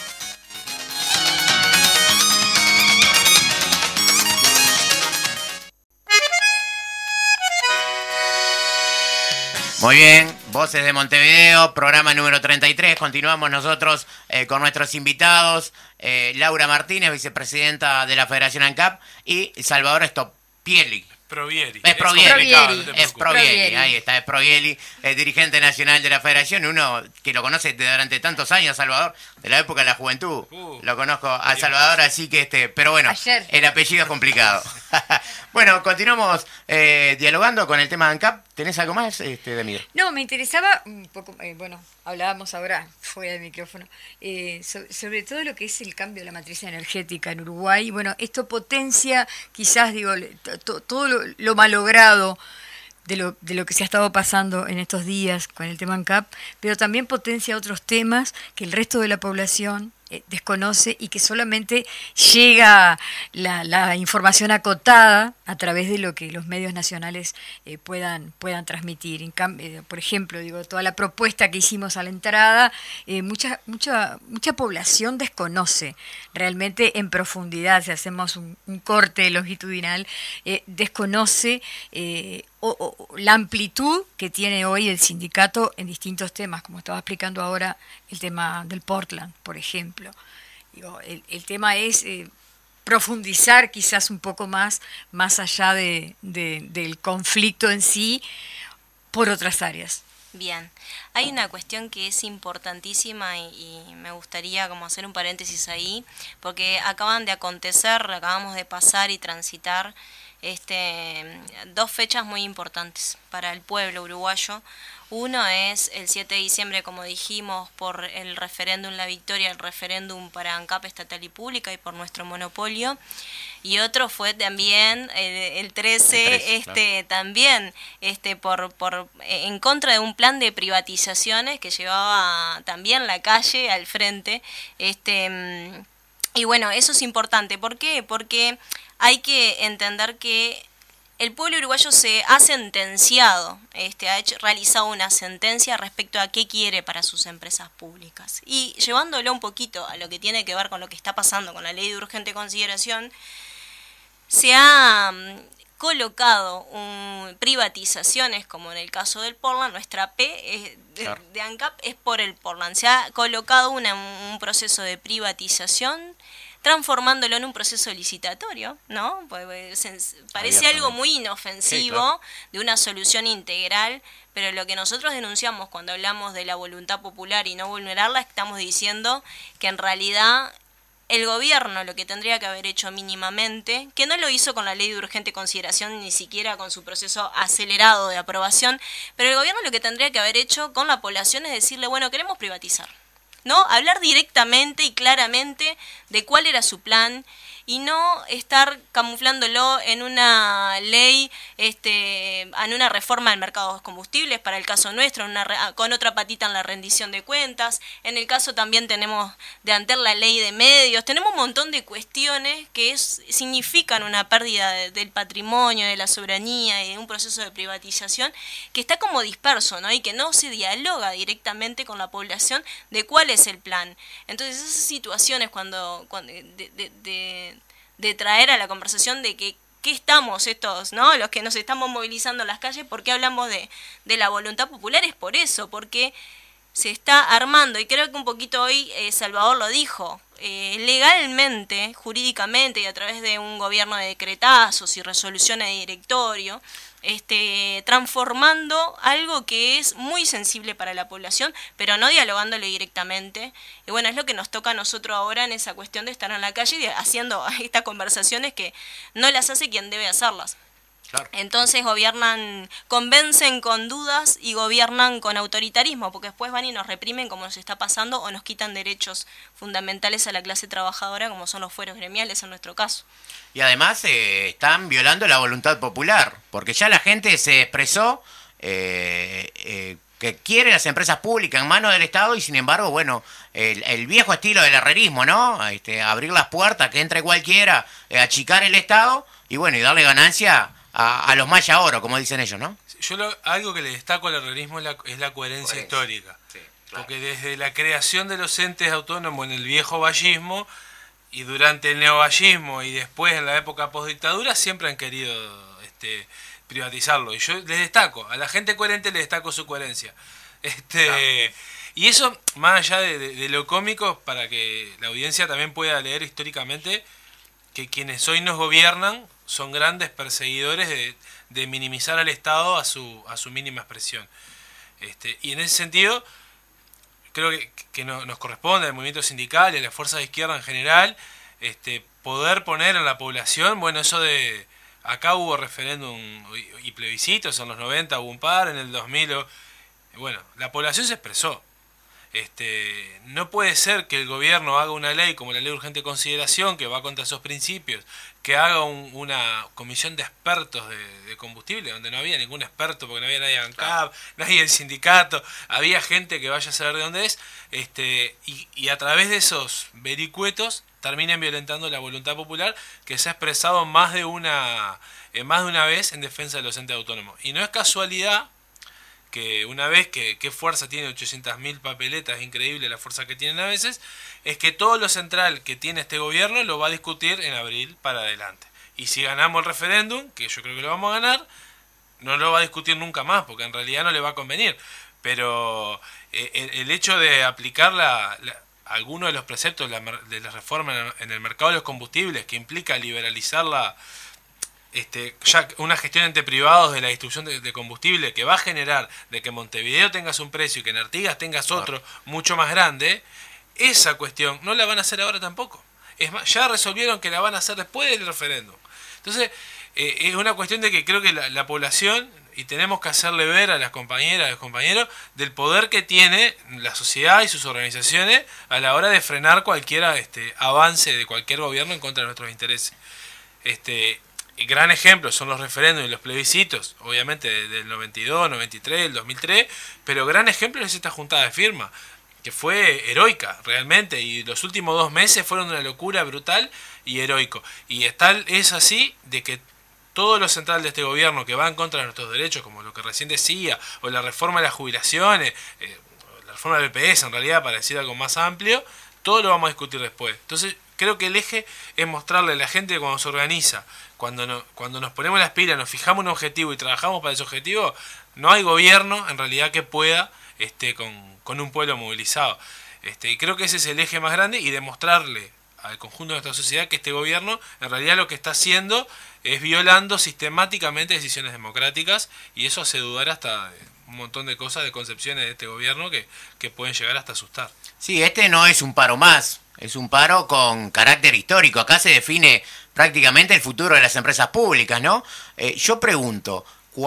Muy bien, Voces de Montevideo, programa número treinta y tres. Continuamos nosotros eh, con nuestros invitados, eh, Laura Martínez, vicepresidenta de la Federación ANCAP, y Salvador Stopieli. Provieri. Es Provieri, Provieri. es Provieri, ahí está, es Provieri, el dirigente nacional de la Federación, uno que lo conoce durante tantos años, Salvador, de la época de la juventud. Uh, lo conozco a Salvador, así que este, pero bueno, Ayer. el apellido es complicado. Bueno, continuamos eh, dialogando con el tema de ANCAP. ¿Tenés algo más, este, Demir? No, me interesaba un poco, eh, bueno, hablábamos ahora fuera del micrófono, eh, so- sobre todo lo que es el cambio de la matriz energética en Uruguay. Bueno, esto potencia quizás, digo, le- to- to- todo lo, lo malogrado de lo, de lo que se ha estado pasando en estos días con el tema ANCAP, pero también potencia otros temas que el resto de la población eh, desconoce y que solamente llega la, la información acotada a través de lo que los medios nacionales eh, puedan, puedan transmitir. En cam- eh, por ejemplo, digo, toda la propuesta que hicimos a la entrada, eh, mucha, mucha, mucha población desconoce realmente en profundidad, si hacemos un, un corte longitudinal, eh, desconoce eh, o, o, la amplitud que tiene hoy el sindicato en distintos temas, como estaba explicando ahora el tema del Portland, por ejemplo. Digo, el, el tema es eh, profundizar quizás un poco más, más allá de, de, del conflicto en sí, por otras áreas. Bien, hay una cuestión que es importantísima y, y me gustaría como hacer un paréntesis ahí, porque acaban de acontecer, acabamos de pasar y transitar este, dos fechas muy importantes para el pueblo uruguayo. Uno es el siete de diciembre, como dijimos, por el referéndum La Victoria, el referéndum para ANCAP estatal y pública y por nuestro monopolio. Y otro fue también eh, el trece, El trece, este también este por por en contra de un plan de privatizaciones que llevaba también la calle al frente. Este y bueno, eso es importante. ¿Por qué? Porque hay que entender que el pueblo uruguayo se ha sentenciado, este, ha hecho, realizado una sentencia respecto a qué quiere para sus empresas públicas. Y llevándolo un poquito a lo que tiene que ver con lo que está pasando con la ley de urgente consideración, se ha um, colocado un, privatizaciones, como en el caso del Portland, nuestra P es, de, Claro. de ANCAP es por el Portland. Se ha colocado una, un proceso de privatización transformándolo en un proceso licitatorio, ¿no? Pues, pues, se- parece algo muy inofensivo, Sí, claro. de una solución integral, pero lo que nosotros denunciamos cuando hablamos de la voluntad popular y no vulnerarla, estamos diciendo que en realidad el gobierno lo que tendría que haber hecho mínimamente, que no lo hizo con la ley de urgente consideración, ni siquiera con su proceso acelerado de aprobación, pero el gobierno lo que tendría que haber hecho con la población es decirle, bueno, queremos privatizar, ¿no? Hablar directamente y claramente de cuál era su plan y no estar camuflándolo en una ley, este, en una reforma del mercado de los combustibles, para el caso nuestro, una, con otra patita en la rendición de cuentas. En el caso también tenemos de anter la ley de medios, tenemos un montón de cuestiones que es, significan una pérdida de, del patrimonio, de la soberanía y de un proceso de privatización que está como disperso, ¿no? Y que no se dialoga directamente con la población de cuál es el plan. Entonces esas situaciones cuando, cuando de, de, de de traer a la conversación de que qué estamos estos, ¿no? Los que nos estamos movilizando en las calles, ¿por qué hablamos de, de la voluntad popular? Es por eso, porque se está armando, y creo que un poquito hoy eh, Salvador lo dijo, eh, legalmente, jurídicamente y a través de un gobierno de decretazos y resoluciones de directorio, este, transformando algo que es muy sensible para la población, pero no dialogándolo directamente. Y bueno, es lo que nos toca a nosotros ahora en esa cuestión de estar en la calle y de, haciendo estas conversaciones que no las hace quien debe hacerlas. Claro. Entonces gobiernan, convencen con dudas y gobiernan con autoritarismo, porque después van y nos reprimen como nos está pasando o nos quitan derechos fundamentales a la clase trabajadora, como son los fueros gremiales en nuestro caso. Y además eh, están violando la voluntad popular, porque ya la gente se expresó eh, eh, que quiere las empresas públicas en manos del Estado y sin embargo, bueno, el, el viejo estilo del herrerismo, ¿no? Este, abrir las puertas, que entre cualquiera, eh, achicar el Estado y bueno, y darle ganancia a, a los maya oro, como dicen ellos, ¿no? Yo lo, algo que le destaco al herrerismo es la, es la coherencia, coherencia histórica. Sí, claro. Porque desde la creación de los entes autónomos en el viejo vallismo y durante el neovallismo y después en la época postdictadura siempre han querido este, privatizarlo. Y yo les destaco, a la gente coherente les destaco su coherencia. Este, claro. Y eso, más allá de, de, de lo cómico, para que la audiencia también pueda leer históricamente que quienes hoy nos gobiernan son grandes perseguidores de, de minimizar al Estado a su, a su mínima expresión. Este, y en ese sentido, creo que, que no, nos corresponde al movimiento sindical y a las fuerzas de izquierda en general, este, poder poner en la población, bueno, eso de, acá hubo referéndum y, y plebiscitos, en los noventa hubo un par, en el dos mil, bueno, la población se expresó. Este, no puede ser que el gobierno haga una ley como la ley de urgente consideración que va contra esos principios, que haga un, una comisión de expertos de, de combustible donde no había ningún experto porque no había nadie de ANCAP, nadie del sindicato, había gente que vaya a saber de dónde es, este, y, y a través de esos vericuetos terminen violentando la voluntad popular que se ha expresado más de una, eh, más de una vez en defensa de los entes autónomos. Y no es casualidad que una vez que qué fuerza tiene ochocientas mil papeletas, es increíble la fuerza que tienen a veces, es que todo lo central que tiene este gobierno lo va a discutir en abril para adelante. Y si ganamos el referéndum, que yo creo que lo vamos a ganar, no lo va a discutir nunca más, porque en realidad no le va a convenir. Pero eh, el, el hecho de aplicar la, la, algunos de los preceptos de la, de la reforma en el, en el mercado de los combustibles, que implica liberalizar la... Este, ya una gestión entre privados de la distribución de, de combustible que va a generar de que Montevideo tengas un precio y que en Artigas tengas otro claro. mucho más grande, esa cuestión no la van a hacer ahora tampoco. Es más, ya resolvieron que la van a hacer después del referéndum. Entonces, eh, es una cuestión de que creo que la, la población, y tenemos que hacerle ver a las compañeras, a los compañeros, del poder que tiene la sociedad y sus organizaciones a la hora de frenar cualquier este, avance de cualquier gobierno en contra de nuestros intereses. Este... Y gran ejemplo son los referéndums y los plebiscitos, obviamente del noventa y dos, noventa y tres, del dos mil tres, pero gran ejemplo es esta juntada de firma, que fue heroica realmente, y los últimos dos meses fueron una locura brutal y heroico. Y es, tal, es así de que todo lo central de este gobierno que va en contra de nuestros derechos, como lo que recién decía, o la reforma de las jubilaciones, eh, la reforma del B P S en realidad, para decir algo más amplio, todo lo vamos a discutir después. Entonces creo que el eje es mostrarle a la gente que cuando se organiza, Cuando, no, cuando nos ponemos las pilas, nos fijamos un objetivo y trabajamos para ese objetivo, no hay gobierno en realidad que pueda este, con, con un pueblo movilizado. Este, y creo que ese es el eje más grande y demostrarle al conjunto de nuestra sociedad que este gobierno en realidad lo que está haciendo es violando sistemáticamente decisiones democráticas y eso hace dudar hasta un montón de cosas, de concepciones de este gobierno que, que pueden llegar hasta asustar. Sí, este no es un paro más, es un paro con carácter histórico. Acá se define prácticamente el futuro de las empresas públicas, ¿no? Eh, yo pregunto,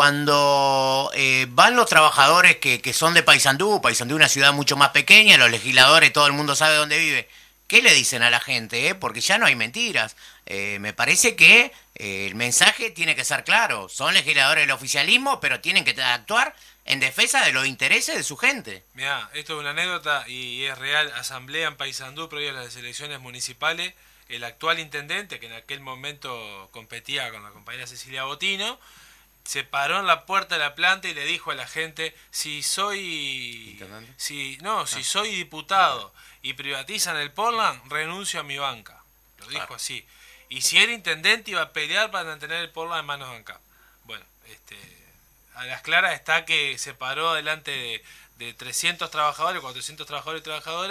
cuando eh, van los trabajadores que, que son de Paysandú, Paysandú es una ciudad mucho más pequeña, los legisladores, todo el mundo sabe dónde vive, ¿qué le dicen a la gente? Eh? Porque ya no hay mentiras. Eh, me parece que eh, el mensaje tiene que ser claro. Son legisladores del oficialismo, pero tienen que actuar en defensa de los intereses de su gente. Mirá, esto es una anécdota y es real. Asamblea en Paysandú previo a las elecciones municipales. El actual intendente, que en aquel momento competía con la compañera Cecilia Botino, se paró en la puerta de la planta y le dijo a la gente, si soy si no, ah. si soy diputado y privatizan el Portland, renuncio a mi banca. Lo dijo claro. así. Y si era intendente iba a pelear para mantener el Portland en manos de ANCAP. Bueno, este, a las claras está que se paró delante de, de trescientos trabajadores, cuatrocientos trabajadores y trabajadoras,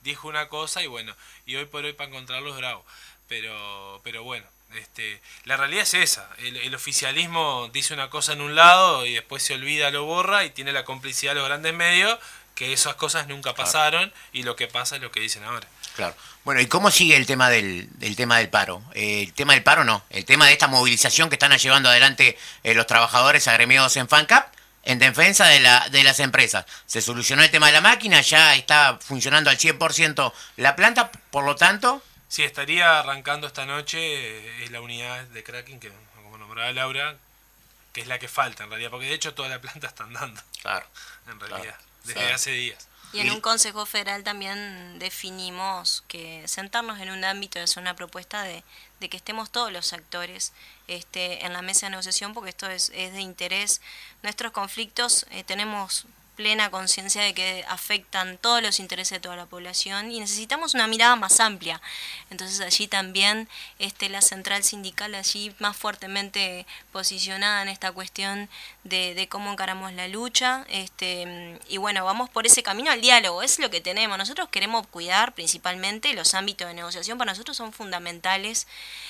dijo una cosa y bueno, y hoy por hoy para encontrarlo es bravo. Pero, pero bueno, este, la realidad es esa. El, el oficialismo dice una cosa en un lado y después se olvida, lo borra y tiene la complicidad de los grandes medios, que esas cosas nunca pasaron, claro. Y lo que pasa es lo que dicen ahora. Claro. Bueno, ¿y cómo sigue el tema del, del tema del paro? Eh, el tema del paro no, el tema de esta movilización que están llevando adelante eh, los trabajadores agremiados en FANCAP en defensa de, la, de las empresas. Se solucionó el tema de la máquina, ya está funcionando al cien por ciento la planta, por lo tanto... Sí, estaría arrancando esta noche, eh, es la unidad de cracking, que como nombraba Laura, que es la que falta en realidad, porque de hecho toda la planta está andando. Claro. En realidad, claro, desde claro. hace días. Y en un Consejo Federal también definimos que sentarnos en un ámbito es una propuesta de, de que estemos todos los actores este, en la mesa de negociación, porque esto es, es de interés. Nuestros conflictos eh, tenemos plena conciencia de que afectan todos los intereses de toda la población y necesitamos una mirada más amplia. Entonces allí también este, la central sindical allí más fuertemente posicionada en esta cuestión de, de cómo encaramos la lucha este, y bueno, vamos por ese camino al diálogo, es lo que tenemos. Nosotros queremos cuidar principalmente los ámbitos de negociación, para nosotros son fundamentales.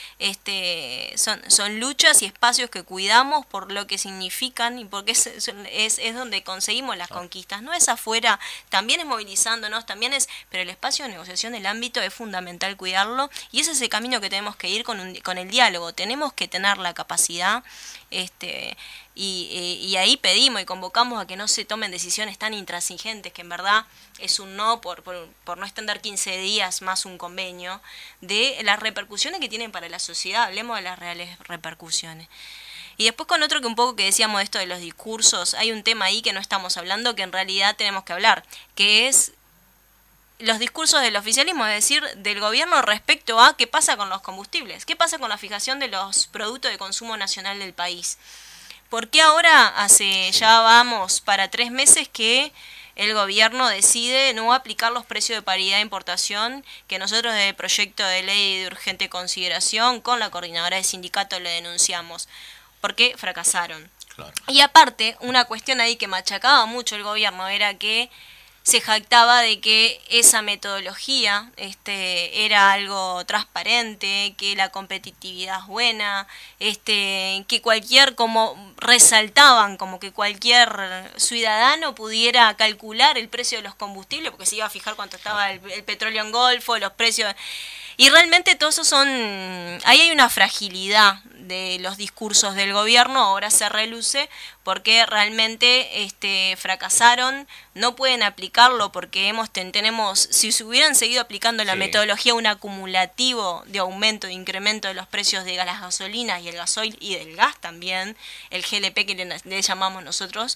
Este, son, son luchas y espacios que cuidamos por lo que significan y porque es, es, es donde conseguimos las conquistas. No es afuera, también es movilizándonos, también es, pero el espacio de negociación, el ámbito es fundamental cuidarlo y ese es el camino que tenemos que ir con, un, con el diálogo. Tenemos que tener la capacidad este, y, y, y ahí pedimos y convocamos a que no se tomen decisiones tan intransigentes, que en verdad es un no por, por, por no extender quince días más un convenio, de las repercusiones que tienen para la sociedad. Hablemos de las reales repercusiones. Y después con otro que un poco que decíamos de esto de los discursos, hay un tema ahí que no estamos hablando, que en realidad tenemos que hablar, que es los discursos del oficialismo, es decir, del gobierno respecto a qué pasa con los combustibles, qué pasa con la fijación de los productos de consumo nacional del país. ¿Por qué ahora hace ya vamos para tres meses que el gobierno decide no aplicar los precios de paridad de importación que nosotros desde el proyecto de ley de urgente consideración con la coordinadora de sindicato le denunciamos? Porque fracasaron. Claro. Y aparte, una cuestión ahí que machacaba mucho el gobierno era que se jactaba de que esa metodología este, era algo transparente, que la competitividad es buena, este, que cualquier, como resaltaban, como que cualquier ciudadano pudiera calcular el precio de los combustibles, porque se iba a fijar cuánto estaba el, el petróleo en Golfo, los precios... Y realmente todo eso son... Ahí hay una fragilidad de los discursos del gobierno, ahora se reluce, porque realmente este, fracasaron, no pueden aplicarlo porque hemos ten, tenemos, si se hubieran seguido aplicando la sí. metodología, un acumulativo de aumento, de incremento de los precios de las gasolinas y el gasoil y del gas también, el G L P que le, le llamamos nosotros,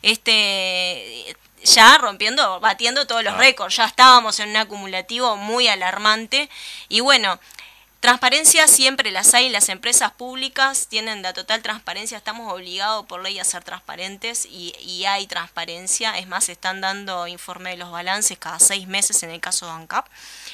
este... ya rompiendo, batiendo todos los ah. récords, ya estábamos en un acumulativo muy alarmante y bueno, transparencia siempre las hay, las empresas públicas tienen la total transparencia, estamos obligados por ley a ser transparentes y, y hay transparencia, es más, se están dando informe de los balances cada seis meses en el caso de ANCAP.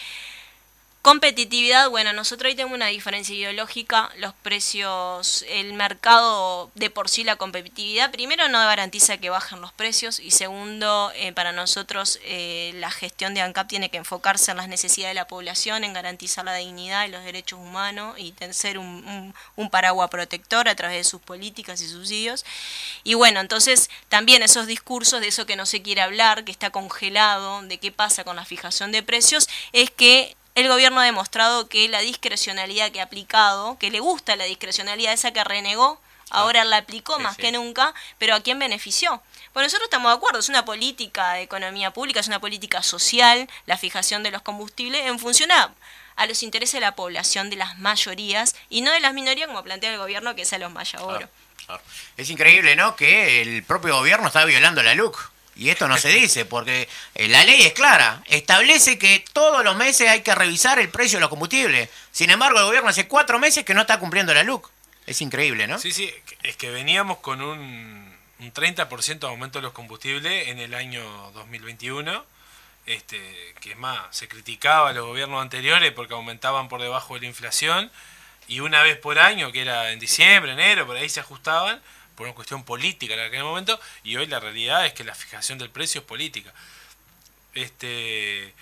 Competitividad, bueno, nosotros ahí tenemos una diferencia ideológica, los precios, el mercado de por sí, la competitividad, primero no garantiza que bajen los precios y segundo, eh, para nosotros eh, la gestión de ANCAP tiene que enfocarse en las necesidades de la población, en garantizar la dignidad y los derechos humanos y ser un, un, un paraguas protector a través de sus políticas y subsidios. Y bueno, entonces también esos discursos de eso que no se quiere hablar, que está congelado, de qué pasa con la fijación de precios, es que el gobierno ha demostrado que la discrecionalidad que ha aplicado, que le gusta la discrecionalidad esa que renegó, ahora la aplicó sí, más sí. que nunca, pero ¿a quién benefició? Bueno, nosotros estamos de acuerdo, es una política de economía pública, es una política social, la fijación de los combustibles, en función a, a los intereses de la población, de las mayorías, y no de las minorías, como plantea el gobierno, que es a los mayaboro. Claro, claro. Es increíble, ¿no?, que el propio gobierno está violando la L U C. Y esto no se dice, porque la ley es clara, establece que todos los meses hay que revisar el precio de los combustibles. Sin embargo, el gobierno hace cuatro meses que no está cumpliendo la L U C. Es increíble, ¿no? Sí, sí, es que veníamos con un, un treinta por ciento de aumento de los combustibles en el año dos mil veintiuno, este, que es más, se criticaba a los gobiernos anteriores porque aumentaban por debajo de la inflación, y una vez por año, que era en diciembre, enero, por ahí se ajustaban, por una cuestión política en aquel momento, y hoy la realidad es que la fijación del precio es política. Este,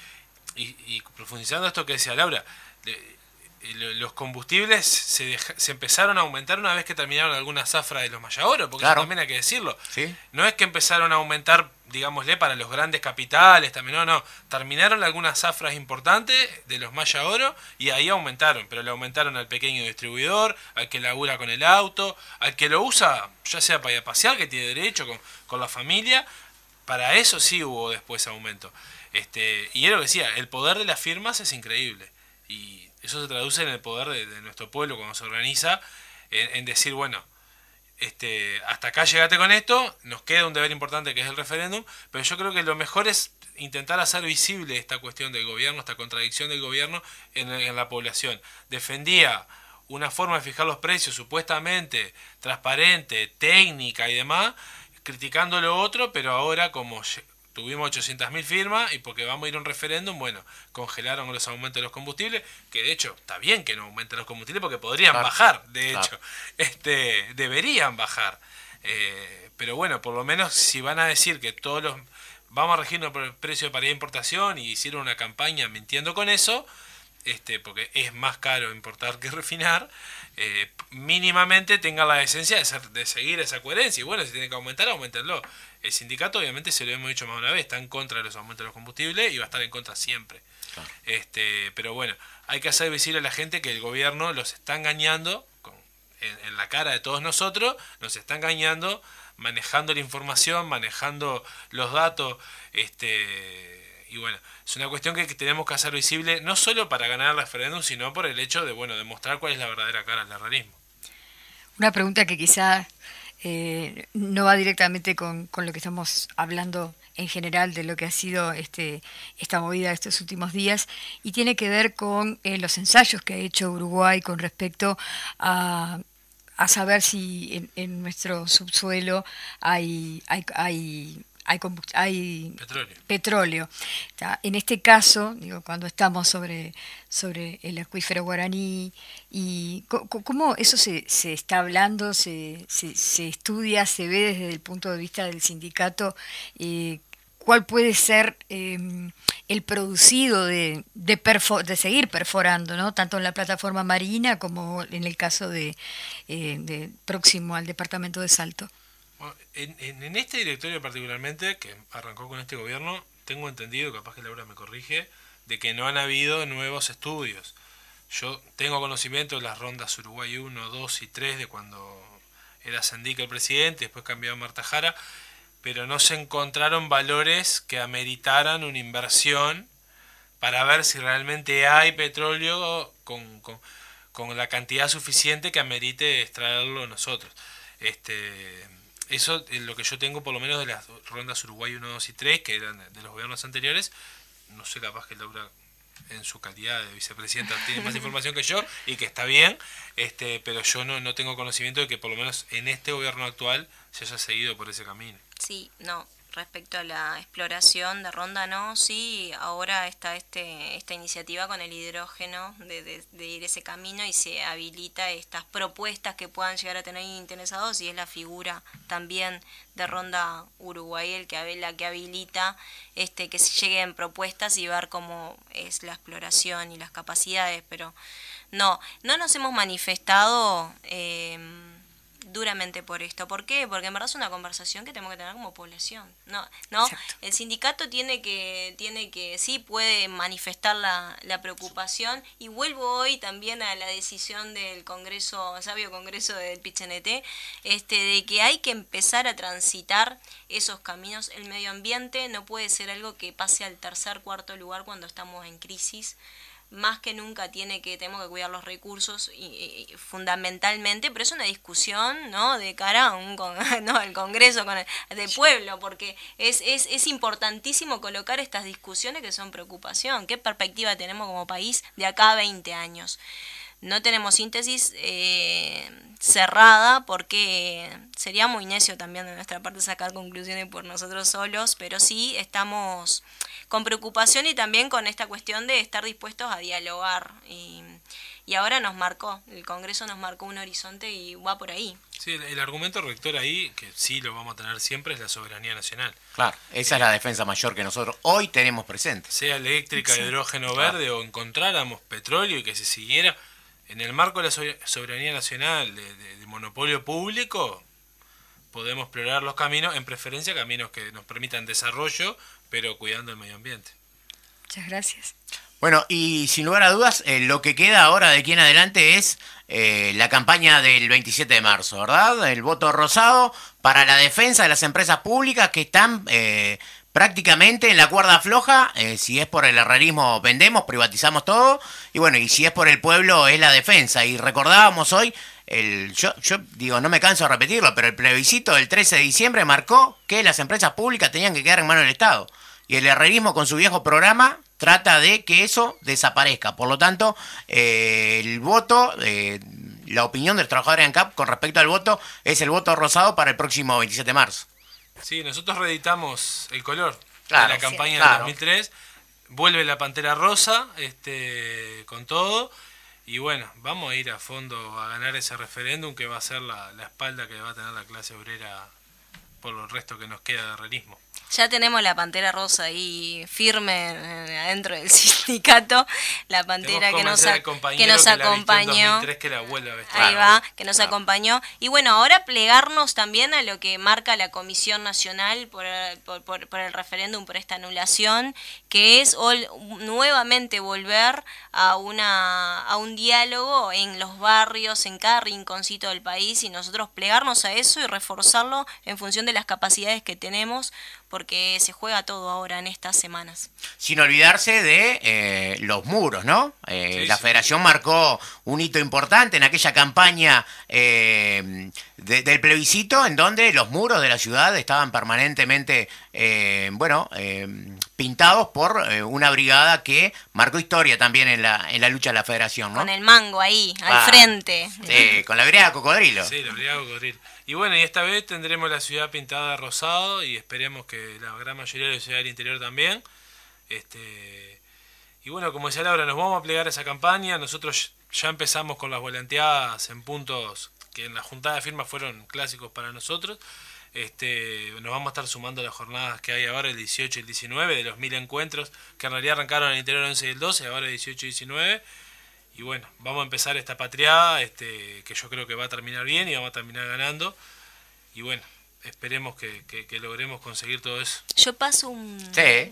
y, y profundizando esto que decía Laura, de, los combustibles se, deja, se empezaron a aumentar una vez que terminaron algunas zafras de los Maya Oro, porque claro. eso también hay que decirlo. ¿Sí? No es que empezaron a aumentar, digámosle, para los grandes capitales, también no, no. Terminaron algunas zafras importantes de los Maya Oro y ahí aumentaron, pero le aumentaron al pequeño distribuidor, al que labura con el auto, al que lo usa, ya sea para ir a pasear, que tiene derecho, con, con la familia. Para eso sí hubo después aumento. Este, y es lo que decía, el poder de las firmas es increíble. Y eso se traduce en el poder de, de nuestro pueblo cuando se organiza, en, en decir, bueno, este, hasta acá llegate con esto, nos queda un deber importante que es el referéndum, pero yo creo que lo mejor es intentar hacer visible esta cuestión del gobierno, esta contradicción del gobierno en, en la población. Defendía una forma de fijar los precios supuestamente transparente, técnica y demás, criticando lo otro, pero ahora como tuvimos ochocientas mil firmas y porque vamos a ir a un referéndum, bueno, congelaron los aumentos de los combustibles, que de hecho está bien que no aumenten los combustibles porque podrían claro, bajar, de hecho, claro. este deberían bajar. Eh, pero bueno, por lo menos si van a decir que todos los vamos a regirnos por el precio de paridad de importación y hicieron una campaña mintiendo con eso, este porque es más caro importar que refinar, eh, mínimamente tengan la decencia de, ser, de seguir esa coherencia. Y bueno, si tienen que aumentar, aumentenlo. El sindicato, obviamente, se lo hemos dicho más de una vez, está en contra de los aumentos de los combustibles y va a estar en contra siempre. Claro. Este, pero bueno, hay que hacer visible a la gente que el gobierno los está engañando, con, en, en la cara de todos nosotros, nos está engañando, manejando la información, manejando los datos, este, y bueno, es una cuestión que tenemos que hacer visible, no solo para ganar el referéndum, sino por el hecho de, bueno, demostrar cuál es la verdadera cara del realismo. Una pregunta que quizá eh, no va directamente con, con lo que estamos hablando en general de lo que ha sido este esta movida de estos últimos días, y tiene que ver con eh, los ensayos que ha hecho Uruguay con respecto a, a saber si en, en nuestro subsuelo hay... hay, hay Hay, hay petróleo. petróleo. En este caso, digo, cuando estamos sobre, sobre el acuífero guaraní, y cómo eso se, se está hablando, se, se, se estudia, se ve desde el punto de vista del sindicato, eh, cuál puede ser eh, el producido de, de, perfo, de seguir perforando, ¿no? Tanto en la plataforma marina como en el caso de, eh, de próximo al departamento de Salto. En, en, en este directorio particularmente, que arrancó con este gobierno, tengo entendido, capaz que Laura me corrige, de que no han habido nuevos estudios. Yo tengo conocimiento de las rondas Uruguay uno, dos y tres, de cuando era Sendic el presidente, después cambió a Marta Jara, pero no se encontraron valores que ameritaran una inversión para ver si realmente hay petróleo con, con, con la cantidad suficiente que amerite extraerlo nosotros. Este... Eso es lo que yo tengo, por lo menos de las rondas Uruguay uno, dos y tres, que eran de los gobiernos anteriores. No sé, capaz que Laura, en su calidad de vicepresidenta, tiene más información que yo, y que está bien, este pero yo no, no tengo conocimiento de que por lo menos en este gobierno actual se haya seguido por ese camino. Sí, no. Respecto a la exploración de Ronda, no, sí, ahora está este esta iniciativa con el hidrógeno de, de, de ir ese camino y se habilita estas propuestas que puedan llegar a tener interesados, y es la figura también de Ronda Uruguay el que la que habilita este que se lleguen propuestas y ver cómo es la exploración y las capacidades, pero no, no nos hemos manifestado eh, duramente por esto. ¿Por qué? Porque en verdad es una conversación que tenemos que tener como población. No, no. El sindicato tiene que, tiene que, sí puede manifestar la, la preocupación, y vuelvo hoy también a la decisión del Congreso, sabio Congreso del Pichinete, este, de que hay que empezar a transitar esos caminos. El medio ambiente no puede ser algo que pase al tercer, cuarto lugar cuando estamos en crisis. Más que nunca tiene que tenemos que cuidar los recursos y, y fundamentalmente, pero es una discusión, ¿no?, de cara a un no al Congreso con el, del pueblo, porque es, es es importantísimo colocar estas discusiones que son preocupación. ¿Qué perspectiva tenemos como país de acá a veinte años? No tenemos síntesis eh, cerrada, porque sería muy necio también de nuestra parte sacar conclusiones por nosotros solos, pero sí estamos con preocupación y también con esta cuestión de estar dispuestos a dialogar y, y ahora nos marcó, el Congreso nos marcó un horizonte y va por ahí. Sí, el, el argumento rector ahí, que sí lo vamos a tener siempre, es la soberanía nacional. Claro, esa es la defensa mayor que nosotros hoy tenemos presente. Sea eléctrica, Sí. hidrógeno Claro. verde o encontráramos petróleo y que se siguiera en el marco de la sober- soberanía nacional, de, de- de monopolio público, podemos explorar los caminos, en preferencia caminos que nos permitan desarrollo, pero cuidando el medio ambiente. Muchas gracias. Bueno, y sin lugar a dudas, eh, lo que queda ahora de aquí en adelante es eh, la campaña del veintisiete de marzo, ¿verdad? El voto rosado para la defensa de las empresas públicas que están eh, prácticamente en la cuerda floja. Eh, si es por el herrerismo, vendemos, privatizamos todo. Y bueno, y si es por el pueblo, es la defensa. Y recordábamos hoy, el, yo, yo digo, no me canso de repetirlo, pero el plebiscito del trece de diciembre marcó que las empresas públicas tenían que quedar en manos del Estado. Y el herrerismo con su viejo programa trata de que eso desaparezca. Por lo tanto, eh, el voto, eh, la opinión de los trabajadores de ANCAP con respecto al voto es el voto rosado para el próximo veintisiete de marzo. Sí, nosotros reeditamos el color Claro, de la campaña claro. del dos mil tres, vuelve la Pantera Rosa este, con todo, y bueno, vamos a ir a fondo a ganar ese referéndum que va a ser la, la espalda que va a tener la clase obrera por el resto que nos queda de herrerismo. Ya tenemos la Pantera Rosa ahí firme eh, adentro del sindicato, la Pantera que nos, a- que nos acompañó. Que, que la vuelva a vestir. Ahí va, que nos Claro. acompañó. Y bueno, ahora plegarnos también a lo que marca la Comisión Nacional por, por, por- por el referéndum, por esta anulación, que es ol- nuevamente volver a, una, a un diálogo en los barrios, en cada rinconcito del país, y nosotros plegarnos a eso y reforzarlo en función de las capacidades que tenemos, porque se juega todo ahora en estas semanas. Sin olvidarse de eh, los muros, ¿no? Eh, Sí, la sí. federación marcó un hito importante en aquella campaña eh, de- del plebiscito, en donde los muros de la ciudad estaban permanentemente, eh, bueno, eh, pintados por eh, una brigada que marcó historia también en la, en la lucha de la federación, ¿no? Con el mango ahí, Ah, al frente. Sí, con la brigada Cocodrilo. Sí, la brigada Cocodrilo. Y bueno, y esta vez tendremos la ciudad pintada de rosado y esperemos que la gran mayoría de la ciudad del interior también. Este, y bueno, como decía Laura, nos vamos a plegar a esa campaña. Nosotros ya empezamos con las volanteadas en puntos que en la juntada de firmas fueron clásicos para nosotros. Este, nos vamos a estar sumando a las jornadas que hay ahora, el dieciocho y el diecinueve, de los mil encuentros que en realidad arrancaron en el interior el once y el doce, ahora el dieciocho y diecinueve. Y bueno, vamos a empezar esta patriada, este, que yo creo que va a terminar bien y vamos a terminar ganando. Y bueno, esperemos que, que, que logremos conseguir todo eso. Yo paso un, Sí.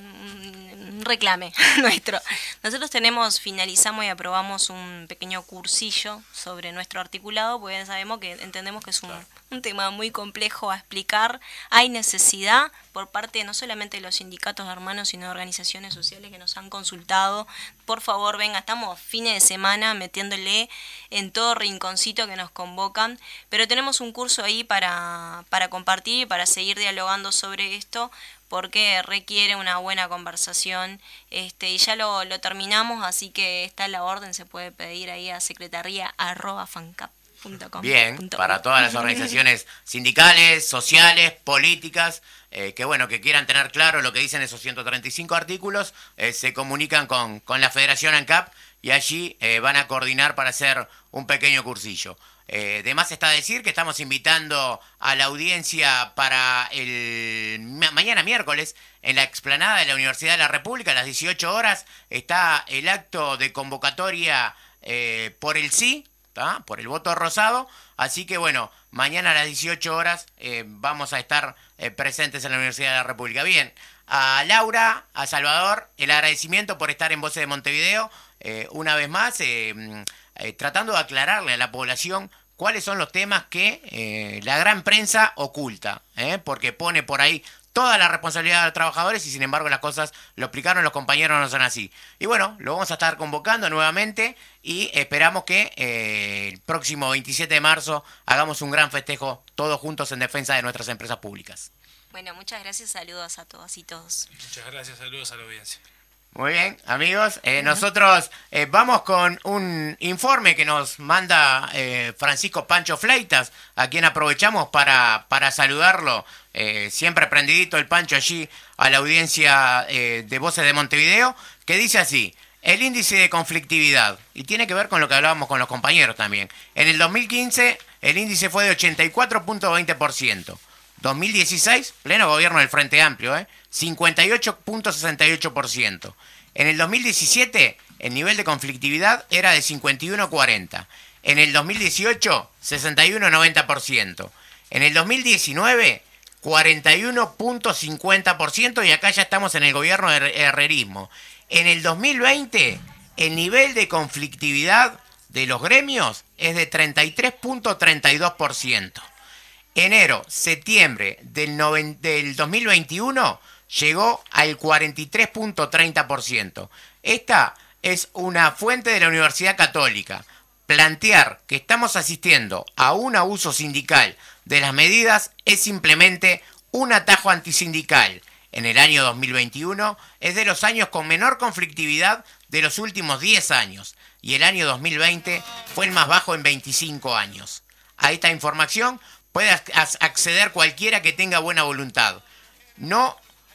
un, un reclame nuestro. Nosotros tenemos, finalizamos y aprobamos un pequeño cursillo sobre nuestro articulado, porque sabemos que entendemos que es un, Claro. un tema muy complejo a explicar. Hay necesidad por parte no solamente de los sindicatos de hermanos, sino de organizaciones sociales que nos han consultado. Por favor, venga, estamos fines de semana metiéndole en todo rinconcito que nos convocan, pero tenemos un curso ahí para, para compartir y para seguir dialogando sobre esto, porque requiere una buena conversación, este, y ya lo, lo terminamos, así que está la orden, se puede pedir ahí a secretaría arroba fancap punto com Bien, punto para u. todas las organizaciones sindicales, sociales, políticas, eh, que bueno, que quieran tener claro lo que dicen esos ciento treinta y cinco artículos, eh, se comunican con, con la Federación ANCAP y allí eh, van a coordinar para hacer un pequeño cursillo. Eh, de más está decir que estamos invitando a la audiencia para el ma- mañana miércoles en la explanada de la Universidad de la República a las dieciocho horas está el acto de convocatoria eh, por el sí, ¿tá? Por el voto rosado, así que bueno, mañana a las dieciocho horas eh, vamos a estar eh, presentes en la Universidad de la República. Bien, a Laura, a Salvador, el agradecimiento por estar en Voces de Montevideo, eh, una vez más, eh, mm, eh, tratando de aclararle a la población cuáles son los temas que eh, la gran prensa oculta, ¿eh? Porque pone por ahí toda la responsabilidad de los trabajadores y sin embargo las cosas, lo explicaron los compañeros, no son así. Y bueno, lo vamos a estar convocando nuevamente y esperamos que eh, el próximo veintisiete de marzo hagamos un gran festejo todos juntos en defensa de nuestras empresas públicas. Bueno, muchas gracias, saludos a todas y todos. Muchas gracias, saludos a la audiencia. Muy bien, amigos, eh, nosotros eh, vamos con un informe que nos manda eh, Francisco Pancho Fleitas, a quien aprovechamos para, para saludarlo, eh, siempre prendidito el Pancho allí a la audiencia eh, de Voces de Montevideo, que dice así: el índice de conflictividad, y tiene que ver con lo que hablábamos con los compañeros también. En el dos mil quince el índice fue de ochenta y cuatro punto veinte por ciento. dos mil dieciséis, pleno gobierno del Frente Amplio, ¿eh? cincuenta y ocho punto sesenta y ocho por ciento. En el dos mil diecisiete el nivel de conflictividad era de cincuenta y uno punto cuarenta. En el dos mil dieciocho, sesenta y uno punto noventa por ciento. En el dos mil diecinueve, cuarenta y uno punto cincuenta por ciento, y acá ya estamos en el gobierno de herrerismo. En el dos mil veinte, el nivel de conflictividad de los gremios es de treinta y tres punto treinta y dos por ciento. Enero, septiembre del, noven, del dos mil veintiuno llegó al cuarenta y tres punto treinta por ciento. Esta es una fuente de la Universidad Católica. Plantear que estamos asistiendo a un abuso sindical de las medidas es simplemente un atajo antisindical. En el año dos mil veintiuno es de los años con menor conflictividad de los últimos diez años, y el año dos mil veinte fue el más bajo en veinticinco años. A esta información puede acceder cualquiera que tenga buena voluntad. No,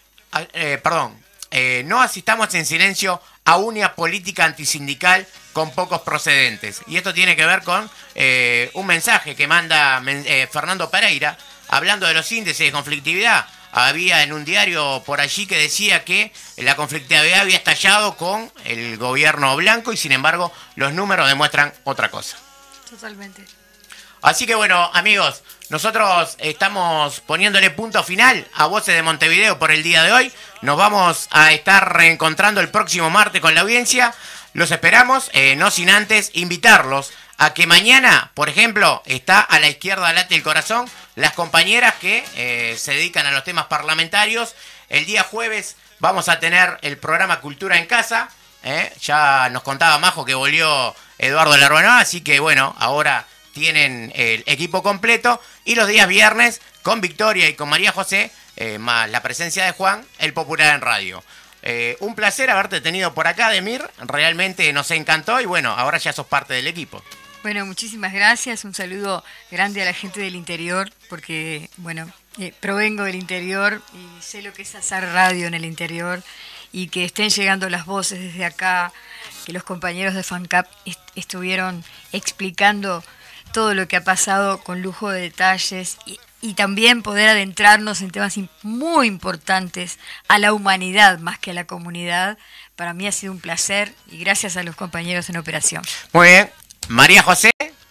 eh, perdón, eh, no asistamos en silencio a una política antisindical con pocos procedentes. Y esto tiene que ver con eh, un mensaje que manda eh, Fernando Pereira, hablando de los índices de conflictividad. Había en un diario por allí que decía que la conflictividad había estallado con el gobierno blanco, y sin embargo los números demuestran otra cosa. Totalmente. Así que bueno, amigos, nosotros estamos poniéndole punto final a Voces de Montevideo por el día de hoy. Nos vamos a estar reencontrando el próximo martes con la audiencia. Los esperamos, eh, no sin antes invitarlos a que mañana, por ejemplo, está a la izquierda late el corazón, las compañeras que eh, se dedican a los temas parlamentarios. El día jueves vamos a tener el programa Cultura en Casa. Eh, ya nos contaba Majo que volvió Eduardo Larbanó, así que bueno, ahora tienen el equipo completo. Y los días viernes, con Victoria y con María José, eh, más la presencia de Juan, el Popular en Radio. Eh, un placer haberte tenido por acá, Demir. Realmente nos encantó, y bueno, ahora ya sos parte del equipo. Bueno, muchísimas gracias. Un saludo grande a la gente del interior, porque, bueno, eh, provengo del interior y sé lo que es hacer radio en el interior, y que estén llegando las voces desde acá, que los compañeros de FANCAP est estuvieron explicando todo lo que ha pasado con lujo de detalles, y, y también poder adentrarnos en temas muy importantes a la humanidad más que a la comunidad. Para mí ha sido un placer, y gracias a los compañeros en operación. Muy bien. María José,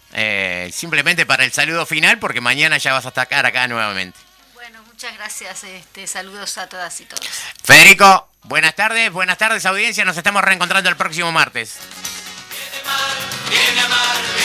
eh, simplemente para el saludo final, porque mañana ya vas a estar acá nuevamente. Bueno, muchas gracias. Este, saludos a todas y todos. Federico, buenas tardes, buenas tardes, audiencia. Nos estamos reencontrando el próximo martes. Viene mar, viene mar,